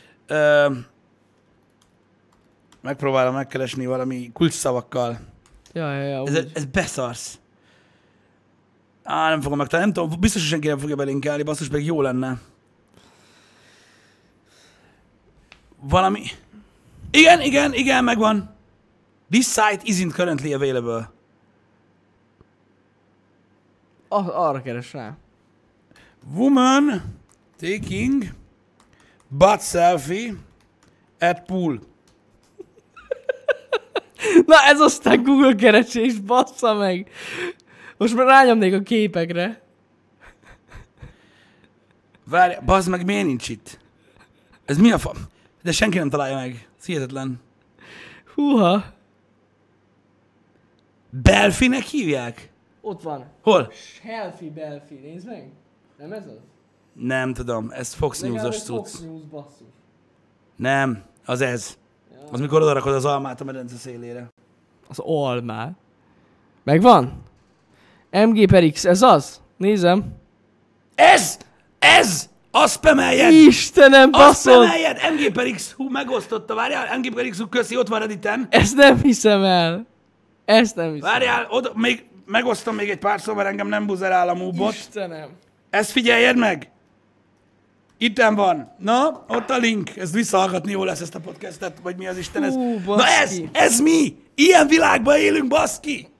Megpróbálom megkeresni valami kulcsszavakkal. Ja, Ez beszarsz. Nem fogom megtalálni. Nem tudom, biztos, hogy senki nem fogja belinkelni, basszus, meg jó lenne. Valami... Igen, megvan. This site isn't currently available. Arra keres rá. Woman taking Butt selfie at pool. Na ez aztán Google keresés, bassza meg. Most már rányomnék a képekre. Várj, bazd meg, miért nincs itt? Ez mi a fa... De senki nem találja meg. Ez hihetetlen. Húha. Belfinek hívják? Ott van. Hol? Healthy Belfi, nézd meg. Nem ez az? Nem tudom, ez Fox News-os cucc. Fox News, basszus. Nem, az ez. Ja. Az mikor odarakod az almát a medence szélére. Az almát. Megvan? MG per X, ez az? Nézem. Ez! Ez! Azt spameljed! Istenem, Azt basszol! spameljed! MG per X, hú, megosztotta, várjál, MG per X, hú, köszi, ott van Redditen. Ezt nem hiszem el. Ezt nem hiszem. Várjál, oda, még megosztom még egy pár szó, mert engem nem buzerál a múbot. Istenem. Ezt Figyeljed meg! Itten van. Na, ott a link. Ez visszahallgatni jó lesz ezt a podcastet, vagy mi az Isten ez. Hú, Na baszki. ez mi? Ilyen világban élünk, baszki!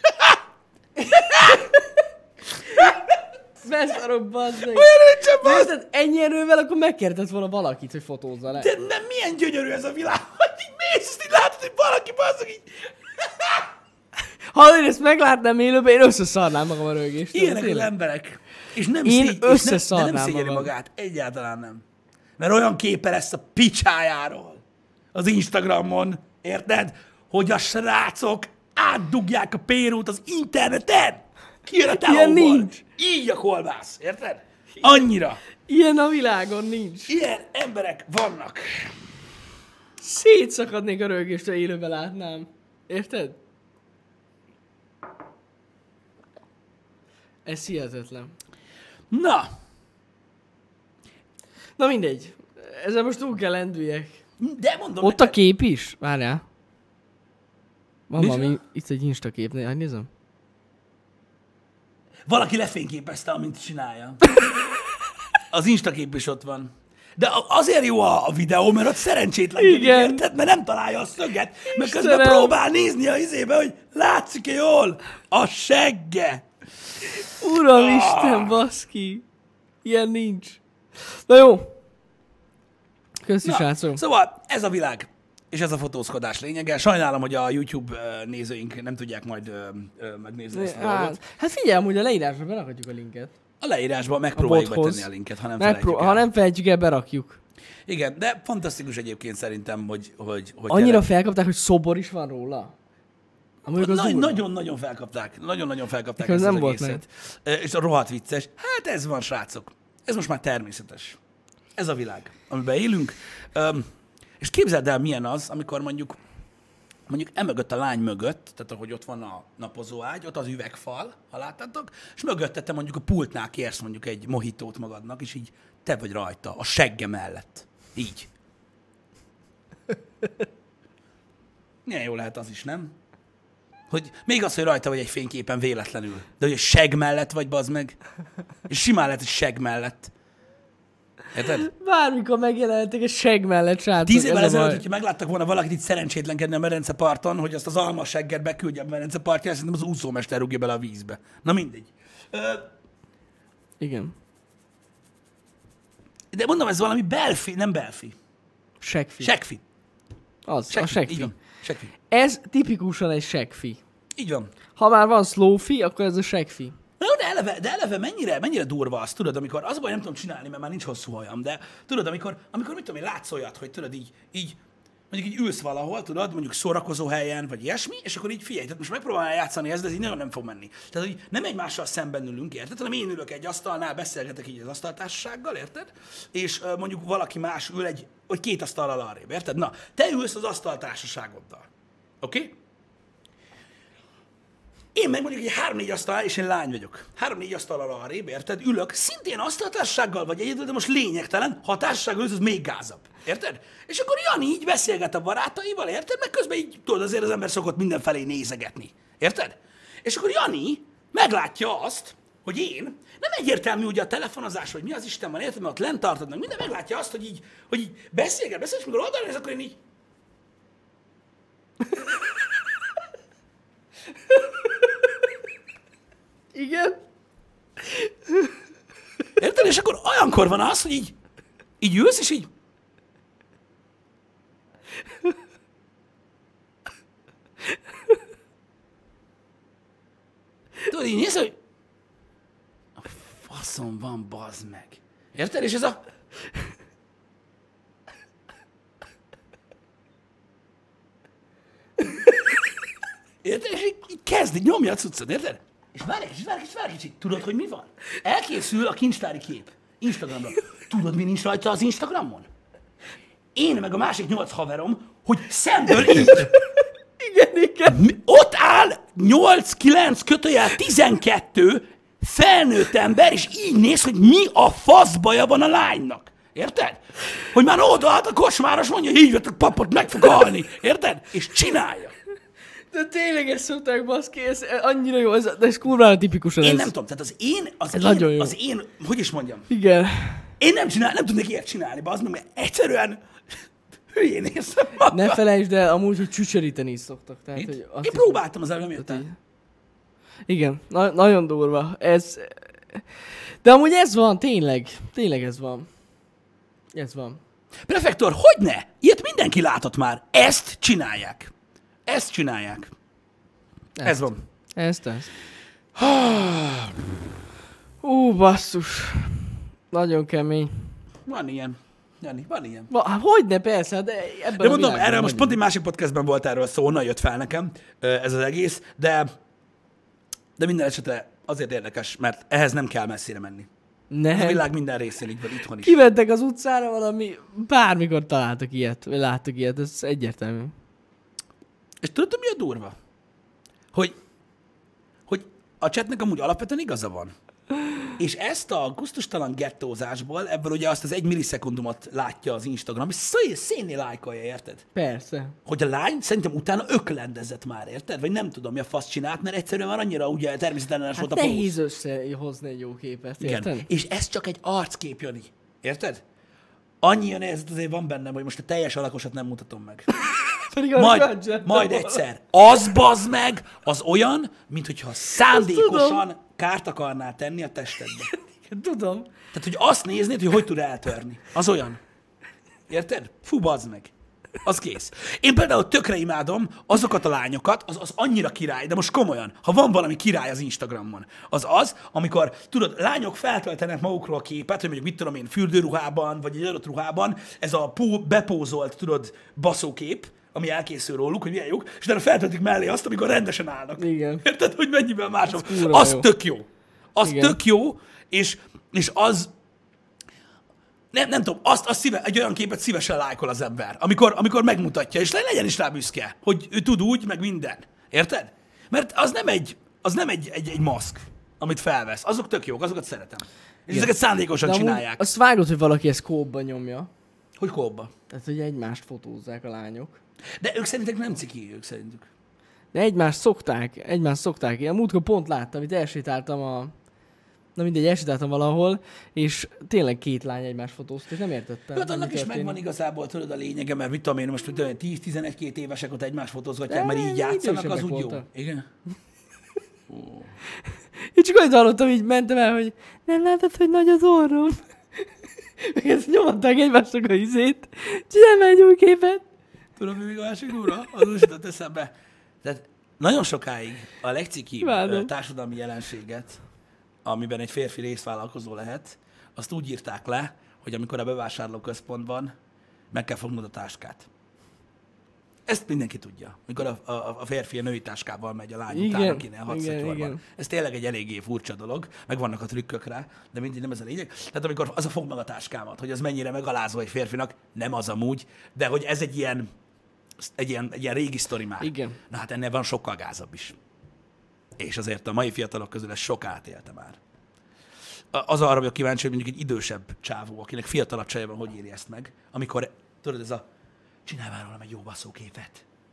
Beszarok, bazd meg. Olyan nincsen, bazd! Érted, ennyi erővel, akkor megkérdezett volna valakit, hogy fotózza le. De nem milyen gyönyörű ez a világ, hogy így mész, ezt így látod, hogy valaki bazdok így. Ha én ezt meglátnám élőben, én összeszarnám magam a rögést. Ilyenek az emberek. És nem Én szégy, összeszarnám de nem szégyeli magam. magát. Egyáltalán nem. Mert olyan képe lesz a picsájáról az Instagramon, érted? Hogy a srácok átdugják a pérút az interneten. Kijön a telóból. nincs. Így a kolbász, érted? Annyira. Ilyen a világon nincs. Ilyen emberek vannak. Szétszakadnék a rögést, ha élőben látnám. Érted? Ez hihetetlen. Na, Na mindegy. Ezzel most túl kell lendüljek. de mondom Ott a neked, kép is? Várjál. Van Micsoda? valami, itt egy Insta kép, nézem. valaki lefényképezte, amint csinálja. Az Instakép is ott van. De azért jó a videó, mert ott szerencsétlenkedik, Igen. érted? Mert nem találja a szöget, mert közben Istenem. próbál nézni a izébe, hogy látszik-e jól a segge. Uramisten, baszki. Ilyen nincs. Na jó. Köszi, srácok. Szóval ez a világ, és ez a fotózkodás lényege. Sajnálom, hogy a YouTube nézőink nem tudják majd megnézni ezt a dolgot. Hát figyelj, amúgy a leírásra berakhatjuk a linket. A leírásban megpróbáljuk bothoz. betenni a linket, ha nem felejtjük el. Ha nem felejtjük el, berakjuk. Igen, de fantasztikus egyébként szerintem, hogy Annyira tényleg- felkapták, hogy szobor is van róla. Amúgy az durva. Nagyon-nagyon felkapták. Nagyon-nagyon felkapták Nekem ezt nem az volt egészet. És a rohadt vicces. Hát ez van, srácok. Ez most már természetes. Ez a világ, amiben élünk. És képzeld el, milyen az, amikor mondjuk emögött a lány mögött, tehát ahogy ott van a napozóágy, ott az üvegfal, ha láttátok, és mögötte te mondjuk a pultnál kérsz mondjuk egy mohitót magadnak, és így te vagy rajta, a segge mellett. Így. Milyen jó lehet az is, nem? Hogy még az, hogy rajta vagy egy fényképen véletlenül, de hogy a seg mellett vagy, bazd meg, és simán lehet egy seg mellett. Érted? Bármikor megjelentek egy seg mellett, srácok. 10 évvel ez a ezelőtt, baj. hogyha megláttak volna valakit itt szerencsétlenkedni a medenceparton, hogy azt az almasegget beküldje a medencepartjára, szerintem az úszómester rúgja bele a vízbe. Na mindegy. Igen. De mondom, ez valami belfi, nem belfi. Segfi. Segfi. Az, a Segfi. segfi. Így van. Segfi. Ez tipikusan egy segfi. Így van. Ha már van slowfi, akkor ez a segfi. Na jó, de eleve mennyire durva az, tudod, amikor, az a baj, nem tudom csinálni, mert már nincs hosszú hajam, de tudod, amikor mit tudom én, látsz olyat, hogy tudod így mondjuk így ülsz valahol, tudod, mondjuk szórakozó helyen, vagy ilyesmi, és akkor így figyelj, tehát most megpróbálnál játszani ezzel, de ez így nagyon nem fog menni. Tehát, hogy nem egymással szemben ülünk, érted, hanem én ülök egy asztalnál, beszélgetek így az asztaltársasággal, érted? És mondjuk valaki más ül vagy két asztallal arrébb, érted? Na, te ülsz az asztaltársaságoddal. Oké? Okay? Én meg mondjuk egy 3-4 asztal, és én lány vagyok. 3-4 asztallal arrébb, érted? Ülök, szintén asztaltársasággal vagy egyedül, de most lényegtelen, ha a társasággal ülsz, az még gázabb. Érted? És akkor Jani így beszélget a barátaival, érted? Meg közben így, tudod, azért az ember szokott mindenfelé nézegetni. Érted? És akkor Jani meglátja azt, hogy én, nem egyértelmű ugye a telefonozás, hogy mi az Isten van, érted? Mert ott lent tartod meg, minden meglátja azt, hogy így beszélget, és mikor oldalra néz, akkor én így... Igen? Érted? És akkor olyankor van az, hogy így ülsz, és így Tudod, így nézd, hogy a faszom van, bazd meg. Érted? És ez a... Érted? És így kezd, így nyomja a cuccot, érted? És várj egy kicsit. Tudod, hogy mi van? Elkészül a kincstári kép. Instagramra. Tudod, mi nincs rajta az Instagramon? Én meg a másik 8 haverom, hogy szemből így. Igen. Ott áll 8-9 kötőjel 12 felnőtt ember, és így néz, hogy mi a fasz baja van a lánynak. Érted? Hogy már odaállt a kocsmáros, mondja, hogy így vett a papot, meg fog halni. Érted? És csinálja. De tényleg ezt szokták, baszki, ez annyira jó, de ez kurvára tipikusan ez. Én nem tudom, tehát az én, hogy is mondjam, Igen. én nem tudnék ilyet csinálni, bazd meg, mert egyszerűen hülyén érzem magam. Ne felejtsd el, amúgy, hogy csücsöríteni is szoktak. Tehát, hogy Én próbáltam az előbb, jöttem. Igen, nagyon durva. Ez... De amúgy ez van, tényleg. Tényleg ez van. Ez van. Prefektor, hogyne? Ilyet mindenki látott már. Ezt csinálják. Ez van. Ezt. Basszus. Nagyon kemény. Van ilyen. Jani, van ilyen. Hogyne, persze, de ebben de mondom, erről most pont egy másik podcastben volt erről szó, onnan jött fel nekem ez az egész, de minden esetre azért érdekes, mert ehhez nem kell messzire menni. Nem. A világ minden részén így van, itthon is. Kimentek az utcára valami, bármikor találtak ilyet, vagy láttak ilyet, ez egyértelmű. És tudod, mi a durva? Hogy a chatnek amúgy alapvetően igaza van. És ezt a gusztustalan gettózásból, ebből ugye azt az 1 millisekundumot látja az Instagram, és szénné lájkolja, érted? Persze. Hogy a lány szerintem utána öklendezett már, érted? Vagy nem tudom, mi a fasz csinált, mert egyszerűen már annyira ugye természetellenes volt a póz. Nehéz összehozni egy jó képet, érted? Igen. És ez csak egy arckép, Jani. Érted? Annyi önérzet azért van bennem, hogy most a teljes alakosat nem mutatom meg. Majd egyszer. Az bazd meg, az olyan, mint hogyha szándékosan kárt akarnál tenni a testedbe. Tudom. Tehát, hogy azt néznéd, hogy tud eltörni. Az olyan. Érted? Fú, bazd meg. Az kész. Én például tökre imádom azokat a lányokat, az annyira király, de most komolyan, ha van valami király az Instagramon, az, amikor, tudod, lányok feltöltenek magukról a képet, hogy mondjuk mit tudom én, fürdőruhában, vagy egy adott ruhában, ez a bepózolt, tudod, baszókép, ami elkészül róluk, hogy milyen jók, és utána feltöltik mellé azt, amikor rendesen állnak. Igen. Érted, hogy mennyiben másabb? Az jó. Tök jó. Az igen. Tök jó, és az... Nem tudom, egy olyan képet szívesen lájkol az ember, amikor megmutatja, és legyen is rá büszke, hogy ő tud úgy, meg minden. Érted? Mert az nem egy maszk, amit felvesz. Azok tök jók, azokat szeretem. És igen. Ezeket szándékosan csinálják. Azt vágod, hogy valaki ezt kóba nyomja. Hogy kóba? Tehát, hogy egymást fotózzák a lányok. De ők szerintek nem ciki, ők szerintük. De egymást szokták. Én a múltkor pont láttam, itt elsétáltam elsétáltam valahol, és tényleg 2 lány egymást fotózta, és nem értettem. Hát annak is megvan igazából, tudod, a lényege, mert mit tudom én, most 10-11-2 évesek ott egymást fotózgatják, mert így játszanak, az úgy jó. Igen? Én csak olyan hallottam, így mentem el, hogy nem látod, hogy nagy az orrom? Meg ezt nyomadták egymásnak a izét. Csinálj már egy új képet. Tudom, mi még a másik úra? Az úgy jutott eszembe. Tehát nagyon sokáig a legcikibb társadalmi jelenséget, amiben egy férfi részvállalkozó lehet, azt úgy írták le, hogy amikor a bevásárlóközpontban meg kell fognod a táskát. Ezt mindenki tudja, amikor a férfi a női táskával megy a lány utána kinél 6 szektorban. Ez tényleg egy eléggé furcsa dolog, meg vannak a trükkök rá, de mindig nem ez a lényeg. Tehát amikor az a fog meg a táskámat, hogy az mennyire megalázó egy férfinak, nem az amúgy, de hogy ez egy ilyen régi sztori már. Igen. Na hát ennél van sokkal gázabb is. És azért a mai fiatalok közül ez sok átélte már. Az arra vagyok kíváncsi, hogy mondjuk egy idősebb csávó, akinek fiatalabb csaja van, hogy írja ezt meg, amikor, tudod, ez a csinálj már rólam egy jó baszóképet.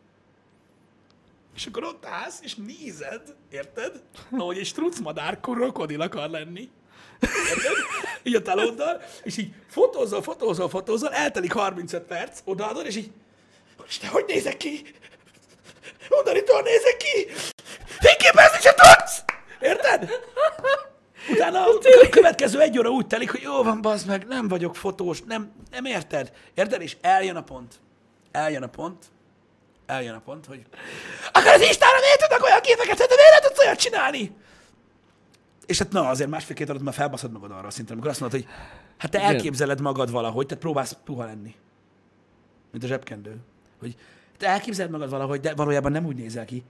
És akkor ott állsz, és nézed, érted? Ahogy egy strucmadár krokodil akar lenni. Érted? Így a telóddal, és így fotózol, eltelik 35 perc, odaadod, és így, Isten, hogy nézek ki? Ondanitól nézek ki? Fényképezni se tudsz! Érted? Utána a következő 1 óra úgy telik, hogy jó van, bazd meg, nem vagyok fotós, nem érted? Érted? És eljön a pont. eljön a pont, hogy akkor az Instára miért tudnak olyan képeket, hogy miért nem tudsz olyat csinálni? És hát na, azért másfél-két alatt már felbaszod magad arra a szintre, amikor azt mondod, hogy hát te elképzeled magad valahogy, tehát próbálsz puha lenni. Mint a zsebkendő. Hogy te elképzeled magad valahogy, de valójában nem úgy nézel ki.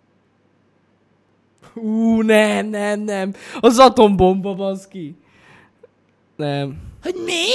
Nem. Az atombomba, baszki. Nem. Hogy mi?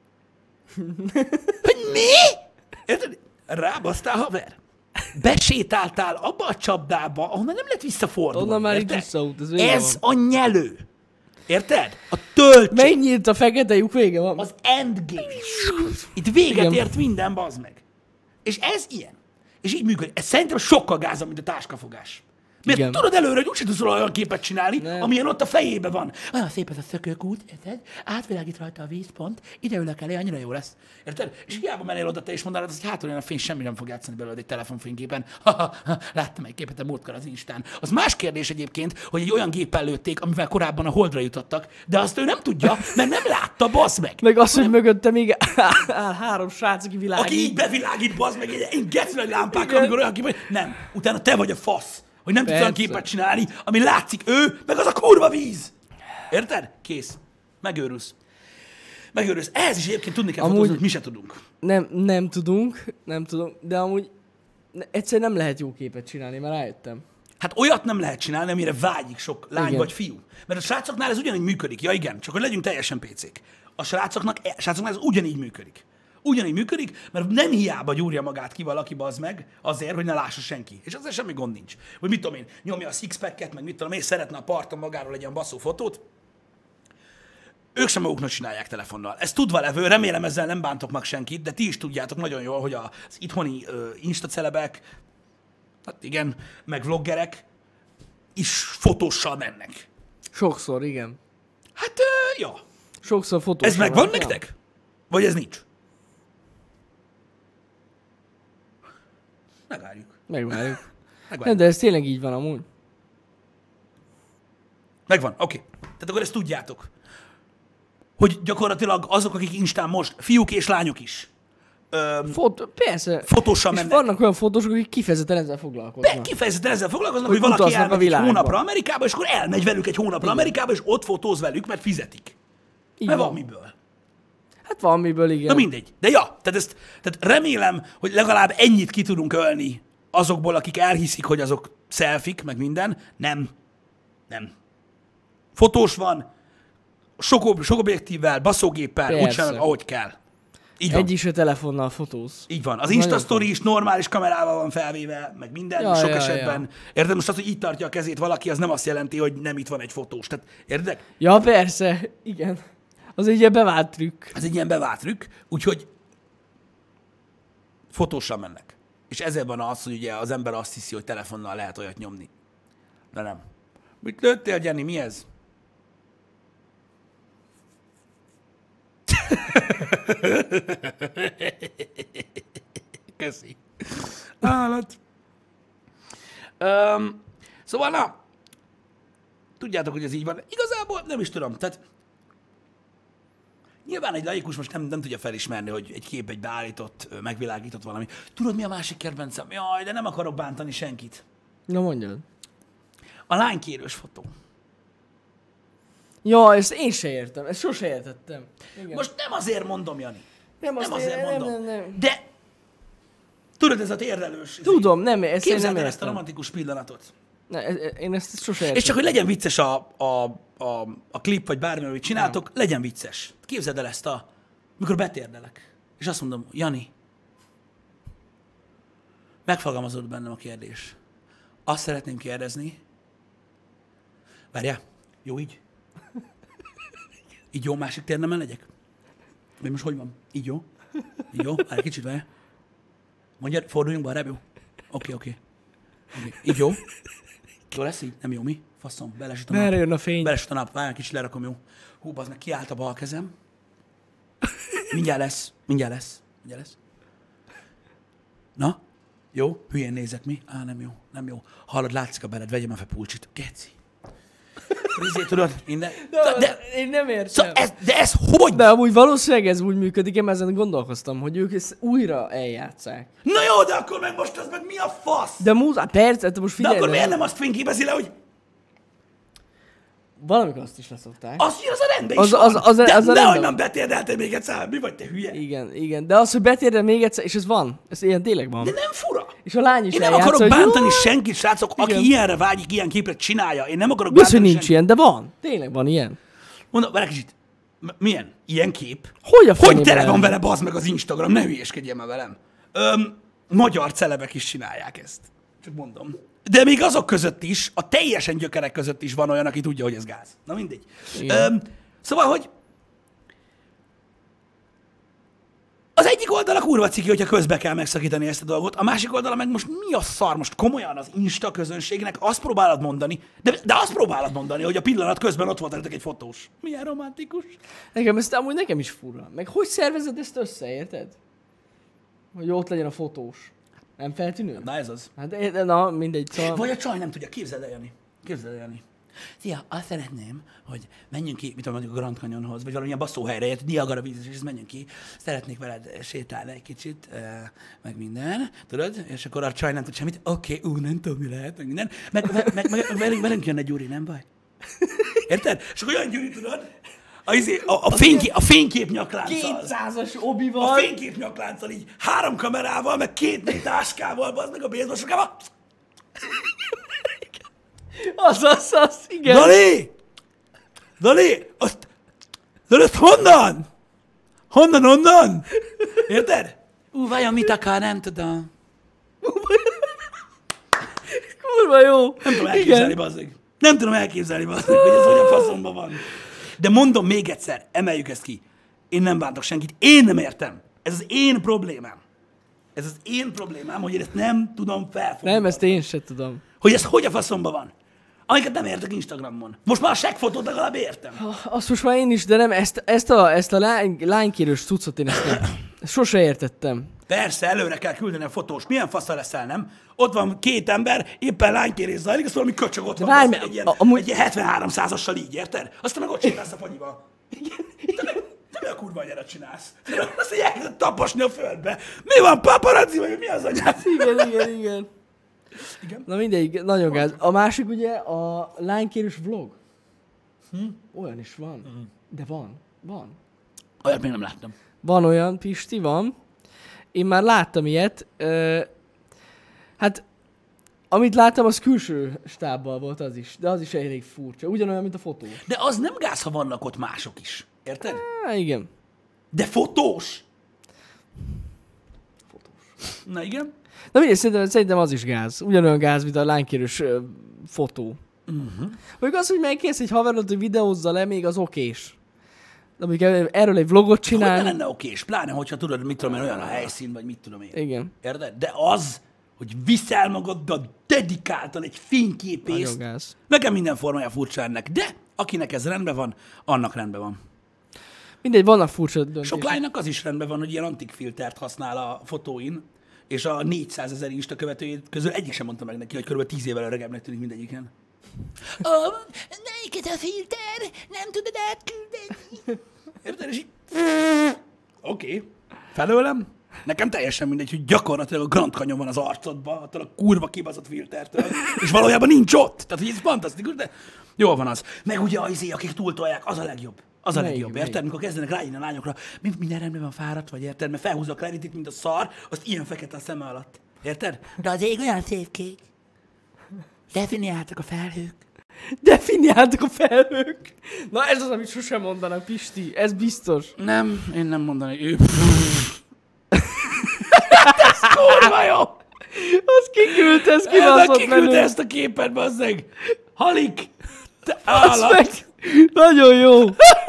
Hogy mi? Érted? Rábasztál, haver? Besétáltál abba a csapdába, ahonnan nem lehet visszafordulni. Onnan már így érted? visszaút, Ez a nyelő. Érted? A töltség. Mennyit a fekete lyuk vége van? Az endgame. Itt véget Igen. ért minden, bazd meg. És ez ilyen. És így működik. Ez szerintem sokkal gázabb, mint a táskafogás. Mert Igen. tudod előre, hogy úgyse tudsz róla olyan képet csinálni, Nem. amilyen ott a fejében van. Olyan szép ez a szökőkút, érted? Átvilágít rajta a vízpont, ide ülök elé, annyira jó lesz. Érted? És hiába mennél oda te és mondanád, hogy hátul olyan a fény, semmi nem fog játszani belőled egy telefonfényképen. Láttam egy képet a múltkor az Instán. Az más kérdés egyébként, hogy egy olyan géppel lőtték, amivel korábban a Holdra jutottak, de azt ő nem tudja, mert nem látta, basz meg. Meg az, hogy mögötte még áll 3 srác, aki világít. Aki így bevilágít, bazd meg, egy geci nagy lámpákkal, Igen. amikor olyan képet, nem. Utána te vagy a fasz, hogy nem tudsz olyan Persze. képet csinálni, ami látszik ő, meg az a kurva víz. Érted? Kész. Megőrülsz. Ehhez is egyébként tudni kell fotózni, hogy mi se tudunk. Nem tudunk, de amúgy egyszerűen nem lehet jó képet csinálni, mert rájöttem. Hát olyat nem lehet csinálni, amire vágyik sok lány Igen. vagy fiú. Mert a srácoknál ez ugyanígy működik. Ja igen, csak hogy legyünk teljesen pécék. A srácoknál ez ugyanígy működik. Ugyanígy működik, mert nem hiába gyúrja magát ki valaki, bazd meg, azért, hogy ne lássa senki. És azért semmi gond nincs. Vagy mit tudom én, nyomja a sixpacket, meg mit tudom én, szeretne a parton magáról egy ilyen baszó fotót. Ők sem maguknak csinálják telefonnal. Ez tudva levő, remélem ezzel nem bántok meg senkit, de ti is tudjátok nagyon jól, hogy az itthoni instacelebek, hát igen, meg vloggerek is fotóssal mennek. Sokszor, igen. Hát, ja. Sokszor fotósok. Ez megvan nektek? Vagy ez nincs? Megvárjuk. Megvárjuk. Megvárjuk. Nem, de ez tényleg így van amúgy. Megvan, oké. Tehát akkor ezt tudjátok. Hogy gyakorlatilag azok, akik Instán most, fiúk és lányok is, Persze. fotóssal És mennek. vannak olyan fotósok, akik kifejezetten ezzel foglalkoznak. Kifejezetten ezzel foglalkoznak, Hogy hogy valaki utaznak a elmegy egy világba. hónapra Amerikába, és akkor elmegy velük egy hónapra Amerikába, és ott fotóz velük, mert fizetik. Így Mert van. van miből. Hát van miből, igen. Na mindegy. De ja, tehát remélem, hogy legalább ennyit ki tudunk ölni azokból, akik elhiszik, hogy azok szelfik, meg minden. Nem. Fotós van, sok objektívvel, baszógéppel, úgy Persze. sem, ahogy kell. Így van. Egy is a telefonnal fotóz. Így van. Az Nagyon Insta Story is normális kamerával van felvéve, meg minden, Ja, sok ja, esetben. ja. Érted? Most az, hogy így tartja a kezét valaki, az nem azt jelenti, hogy nem itt van egy fotós. Tehát, érted? Ja, persze. Igen. Az egy ilyen bevált trükk. Ez egy ilyen bevált trükk, úgyhogy fotósan mennek. És ezért van az, hogy ugye az ember azt hiszi, hogy telefonnal lehet olyat nyomni. De nem. Mit lőttél, Jenny? Mi ez? Köszi. Állat. Szóval na, tudjátok, hogy ez így van. Igazából nem is tudom. Tehát nyilván egy laikus most nem tudja felismerni, hogy egy kép egy beállított, megvilágított valami. Tudod, mi a másik kedvencem? Jaj, de nem akarok bántani senkit. Na mondjad. A lánykérős fotó. Ja, ezt én se értem. Ezt sose értettem. Igen. Most nem azért mondom, Jani. nem, azt azért én- mondom. nem. De tudod, ez a térdelős. Tudom, nem, ezt én Képzeld nem el ezt a értem. romantikus pillanatot. Én ezt sose értem. És csak, hogy legyen vicces a klip, vagy bármi, amit csináltok, legyen vicces. Képzeld el ezt mikor betérdelek, és azt mondom, Jani, megfogalmazódott bennem a kérdés. Azt szeretném kérdezni, várjál, jó így? Így jó, másik térdemen legyek? Vagy most hogy van? Így jó? Így jó? Várj, kicsit várjál. Mondjad, forduljunk balrább, jó? Oké. Így jó? Jó lesz így? Nem jó, mi? Faszom, belesüt a nap. Merre jön a fény? Belesüt a nap, várjál, kicsit lerakom, jó? Hú, bazd meg, kiállt a bal kezem. Mindjárt lesz. Na? Jó? Hülyén nézek, mi? Nem jó. Hallod, látszik a beled, vegyem a fel pulcsit. Geci. Tudod, minden. De én nem értem. Szóval ez hogy? De amúgy valószínűleg ez úgy működik, én ezen gondolkoztam, hogy ők ezt újra eljátszák. Na jó, de akkor meg most az meg mi a fasz? De persze, te most De figyelj. akkor miért nem azt fényképezi le, hogy Valamikor azt is leszokták. az a rendben is van. De rendben nehogy van. nem betérdeltél még egyszer, mi vagy te hülye? Igen. De az, hogy betérdel még egyszer, és ez van. Ez ilyen tényleg van. De nem fura. És a lány is Én nem eljátsza, akarok hogy bántani senkit, srácok, aki Igen. ilyenre vágyik, ilyen képet csinálja. Én nem akarok Biztos, hogy bántani nincs senkit. ilyen, de van. Tényleg van ilyen. Mondom, várj kicsit. Milyen? Ilyen kép? Hogy a Hogy fenébe tele van nem? vele, bazd meg az Instagram, ne hülyéskedjél már velem. Magyar celebek is csinálják ezt. Csak mondom. De még azok között is, a teljesen gyökerek között is van olyan, aki tudja, hogy ez gáz. Na mindegy. Szóval, hogy az egyik oldala kurva ciki, hogyha közbe kell megszakítani ezt a dolgot, a másik oldala meg most mi a szar? Most komolyan az Insta közönségnek azt próbálod mondani, de azt próbálod mondani, hogy a pillanat közben ott volt előttek egy fotós. Milyen romantikus. Nekem is fura. Meg hogy szervezed ezt össze, érted? Hogy ott legyen a fotós. Nem feltűnő? Na ez az. Hát na, mindegy, szóval... Vagy a csaj nem tudja, képzeld el, Jani. Képzeld el, Jani. Szia, azt szeretném, hogy menjünk ki, mit tudom, mondjuk a Grand Canyonhoz, vagy valamilyen basszóhelyre, Niagara víz, és menjünk ki. Szeretnék veled sétálni egy kicsit, meg minden, tudod? És akkor a csaj nem tud semmit. Oké, nem tudom, mi lehet, meg minden. Meg velünk jön egy Gyuri, nem baj? Érted? És akkor jön Gyuri, tudod? A fénykép nyaklánccal. 200-as obival. A fénykép nyaklánccal így 3 kamerával, meg 2 táskával, bazd meg a baseballsokával. Az, igen. Dali, azt honnan? Honnan? Érted? Vajon mit akar, nem tudom. Kurva jó. Nem tudom elképzelni, bazzeg. Nem tudom elképzelni, bazzeg, hogy ez hogy a faszomban van. De mondom még egyszer, emeljük ezt ki. Én nem bántok senkit, én nem értem. Ez az én problémám. Ez az én problémám, hogy én ezt nem tudom felfogni. Nem, ezt én sem tudom. Hogy ez hogy a faszomban van. Amiket nem értek Instagramon. Most már a seggfotót legalább értem. Azt most már én is, de nem, ezt a lánykérős cuccot én ezt sose értettem. Persze, előre kell küldeni a fotós. Milyen fasza leszel, nem? Ott van 2 ember, éppen lánykérés zajlik, az valami köcsög ott van, várj, egy ilyen 73%-assal így, érted? Aztán meg ott csinálsz a fagyival. Te mi a kurva anyárat csinálsz? Azt így elkezded taposni a földbe. Mi van, paparazzi, vagy mi az anyád? Igen. Na mindegy, nagyon gáz. A másik ugye a lánykérős vlog. Olyan is van. De van. Olyat még nem láttam. Van olyan, Pisti, van. Én már láttam ilyet. Hát, amit láttam, az külső stábbal volt az is. De az is elég furcsa. Ugyanolyan, mint a fotó. De az nem gáz, ha vannak ott mások is. Érted? Igen. De fotós? Na igen. Na mindegy, szerintem az is gáz. Ugyanolyan gáz, mint a lánykérős fotó. Mondjuk az, hogy megkérsz egy haverod, hogy videózza le, még az okés. De mondjuk erről egy vlogot Hogy csinálni. ne lenne okés? Pláne, hogyha tudod, mit tudom én, olyan a helyszín, vagy mit tudom én. Igen. Érted? De az, hogy viszel magaddal dedikáltan egy fényképészt, Nagyon gáz. nekem minden formája furcsa ennek. De akinek ez rendben van, annak rendben van. Mindegy, vannak furcsa döntések. Sok lánynak az is rendben van, hogy ilyen antik filtert használ a fotóin, és a 400 000 Insta követőjét közül egyik sem mondta meg neki, hogy kb. 10 évvel öregebbnek tűnik mindegyiken. Melyiket a filter? Nem tudod átküldeni? Érted? És így... Oké. Felőlem? Nekem teljesen mindegy, hogy gyakorlatilag a Grand Canyon van az arcodban, attól a kurva kibaszott filtertől, és valójában nincs ott. Tehát, hogy ez fantasztikus, de jól van az. Meg ugye akik túltolják, az a legjobb. Az a legjobb, érted? Mikor kezdenek ráírni a lányokra, minden rendben van, fáradt vagy, érted? Mert felhúzza a Clarityt, mint a szar, azt ilyen fekete a szeme alatt. Érted? De az ég olyan szép kék. Definiáltak a felhők. Definiáltak a felhők. Na ez az, amit sosem mondanak, Pisti. Ez biztos. Nem, én nem mondani. Ez kurva jó! Az kiküldte, ez kibaszott kiküldte ezt a képet, bazzeg! Halik! Te Az állat! meg... Nagyon jó.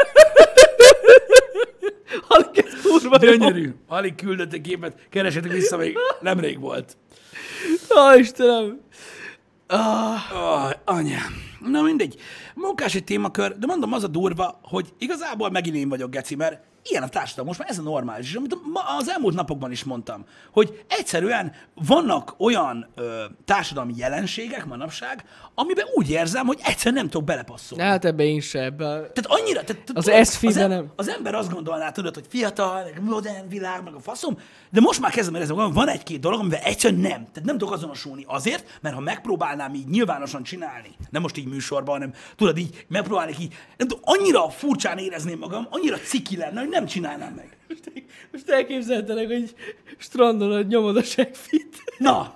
Halik, ez kurva jó. Gyönyörű. Halik küldött egy képet, keresetek vissza, még nemrég volt. Ó, Istenem. Anyám. Na mindegy. Munkás egy témakör, de mondom, az a durva, hogy igazából megint én vagyok, geci, mert ilyen a társadalom, most már ez a normális. És amit az elmúlt napokban is mondtam, hogy egyszerűen vannak olyan társadalmi jelenségek manapság, amiben úgy érzem, hogy egyszerűen nem tudok belepasszolni. Hát ebbe én se, ebbe. Tehát annyira... Az eszfibe nem. Az ember azt gondolná, tudod, hogy fiatal, meg modern világ, meg a faszom, de most már kezdem érezni, hogy van egy-két dolog, amivel egyszerűen nem. Tehát nem tudok azonosulni azért, mert ha megpróbálnám így nyilvánosan csinálni, nem most így műsorban, hanem tudod így, megpróbálnék így, nem tudom, annyira furcsán érezném magam, annyira ciki lenne, hogy nem csinálnám meg. Most elképzeltelek, hogy strandon, hogy nyomod a segfit. Na,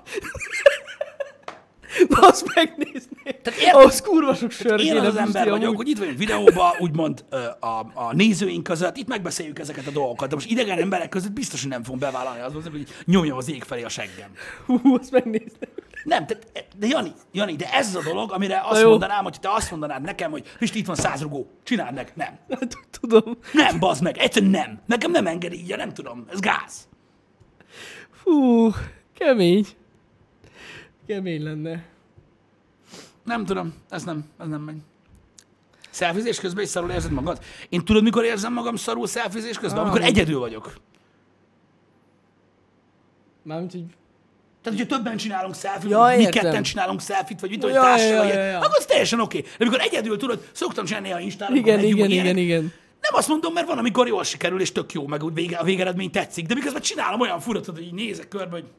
Azt megnéznék. Ahhoz kurva sok sör én kéne az ember fűzni vagyok, amúgy. hogy itt vagyunk videóban, úgymond a nézőink között, itt megbeszéljük ezeket a dolgokat, de most idegen emberek között biztos, hogy nem fogom bevállalni azt, hogy nyomjam az ég felé a seggem. Azt megnézném. Nem, de Jani, de ez az a dolog, amire azt jó. mondanám, hogy te azt mondanád nekem, hogy Pisti, itt van 100 rugó, csináld meg. Nem. Tudom. Nem, bazd meg, egyszerűen nem. Nekem nem engedi így, nem tudom, ez gáz. Fú, kemény. Kemény lenne. Nem tudom, ez nem megy. Szelfizés közben is szarul érzed magad? Én tudod, mikor érzem magam szarul szelfizés közben? Amikor egyedül vagyok. Mármint, hogy... Tehát, hogyha többen csinálunk szelfit, Ja, vagy mi értem. ketten csinálunk szelfit, vagy mit, vagy Ja, társadalom, ja. akkor az teljesen oké. De amikor egyedül tudod, szoktam csinálni néha Instára, Igen. Nem azt mondom, mert van, amikor jól sikerül, és tök jó, meg úgy a végeredmény tetszik, de miközben csinálom olyan furat, hogy így nézek körbe, hogy...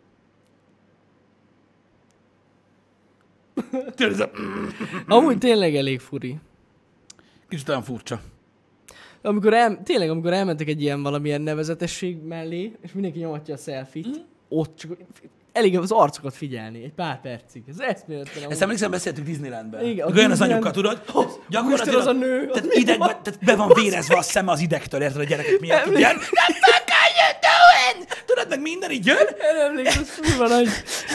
Tudod, ez a... Amúgy tényleg elég furi. Kicsit olyan furcsa. Amikor elmentek egy ilyen valamilyen nevezetesség mellé, és mindenki nyomatja a selfit, ott csak elég az arcokat figyelni, egy pár percig. Ez eszméletlen. Ezt emlékszem, beszéltük Disneylandben. Igen, Olyan az Disneyland- anyuka, tudod? Gyakorlatilag az a nő. Tehát be van vérezve a szeme az idegtől, érted, a gyerekek miatt. Így jön, the fuck are you doing? Tudod, meg minden így jön. Emlékszem, az furva nagy.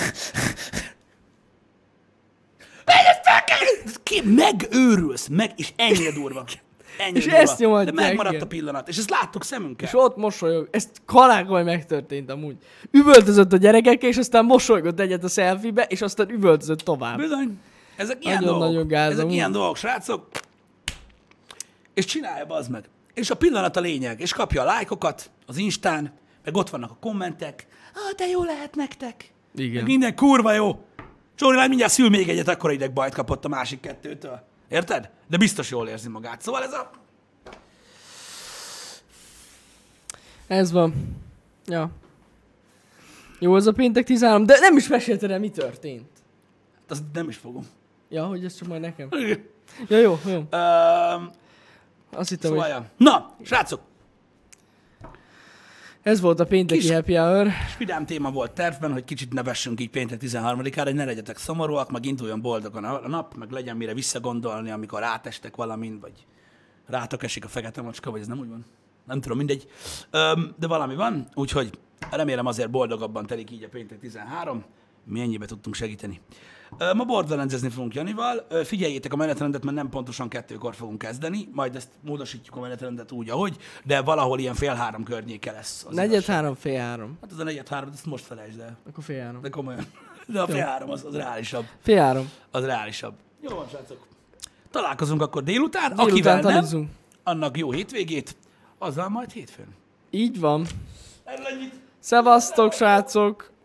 Ki megőrülsz, és ennyire durva. Ennyire És durva. ezt nyomatják, De megmaradt igen. a pillanat, és ezt láttuk szemünkkel. És ott mosolyog. Ez kalákol megtörtént amúgy. Üvöltözött a gyerekekkel, és aztán mosolygott egyet a selfie-be, és aztán üvöltözött tovább. Bizony. Ezek ilyen Nagyon-nagyon dolgok. gáz Ezek amúgy. ilyen dolgok, srácok. És csinálja, bazd meg. És a pillanat a lényeg. És kapja a lájkokat az Instán, meg ott vannak a kommentek. De jó lehet nektek. Igen. Meg minden kurva jó. Csóri lány mindjárt szül még egyet, akkora idegbajt kapott a másik kettőtől. Érted? De biztos jól érzi magát. Szóval ez a... Ez van. Ja. Jó, ez a péntek 13, de nem is mesélted el, mi történt. Azt nem is fogom. Ja, hogy ez csak majd nekem. Ja, jó. Azt hittem, Szóval, hogy ja. Na, srácok, ez volt a pénteki Kis- happy hour. vidám téma volt tervben, hogy kicsit nevessünk így péntek 13-ára, hogy ne legyetek szomorúak, meg induljon boldogan a nap, meg legyen mire visszagondolni, amikor átestek valamin, vagy rátok esik a fekete macska, vagy ez nem úgy van. Nem tudom, mindegy. De valami van, úgyhogy remélem azért boldogabban telik így a péntek 13. Mi ennyibe tudtunk segíteni. Ma Borderlands-ezni fogunk Janival. Figyeljétek a menetrendet, mert nem pontosan 2-kor fogunk kezdeni, majd ezt módosítjuk a menetrendet úgy, ahogy, de valahol ilyen 2:30 környéke lesz. Az Negyed igazság. 3, fél 3. Hát az a 4:30, ezt most felejtsd el. Akkor fél 3. De komolyan. De a 2:30 az reálisabb. Fél 3. Az reálisabb. Jó van, srácok. Találkozunk akkor délután. Délután Akivel nem, talizunk. annak jó hétvégét. Azzal majd hétfőn. Így van. Erről ennyit. Szevasztok, srácok!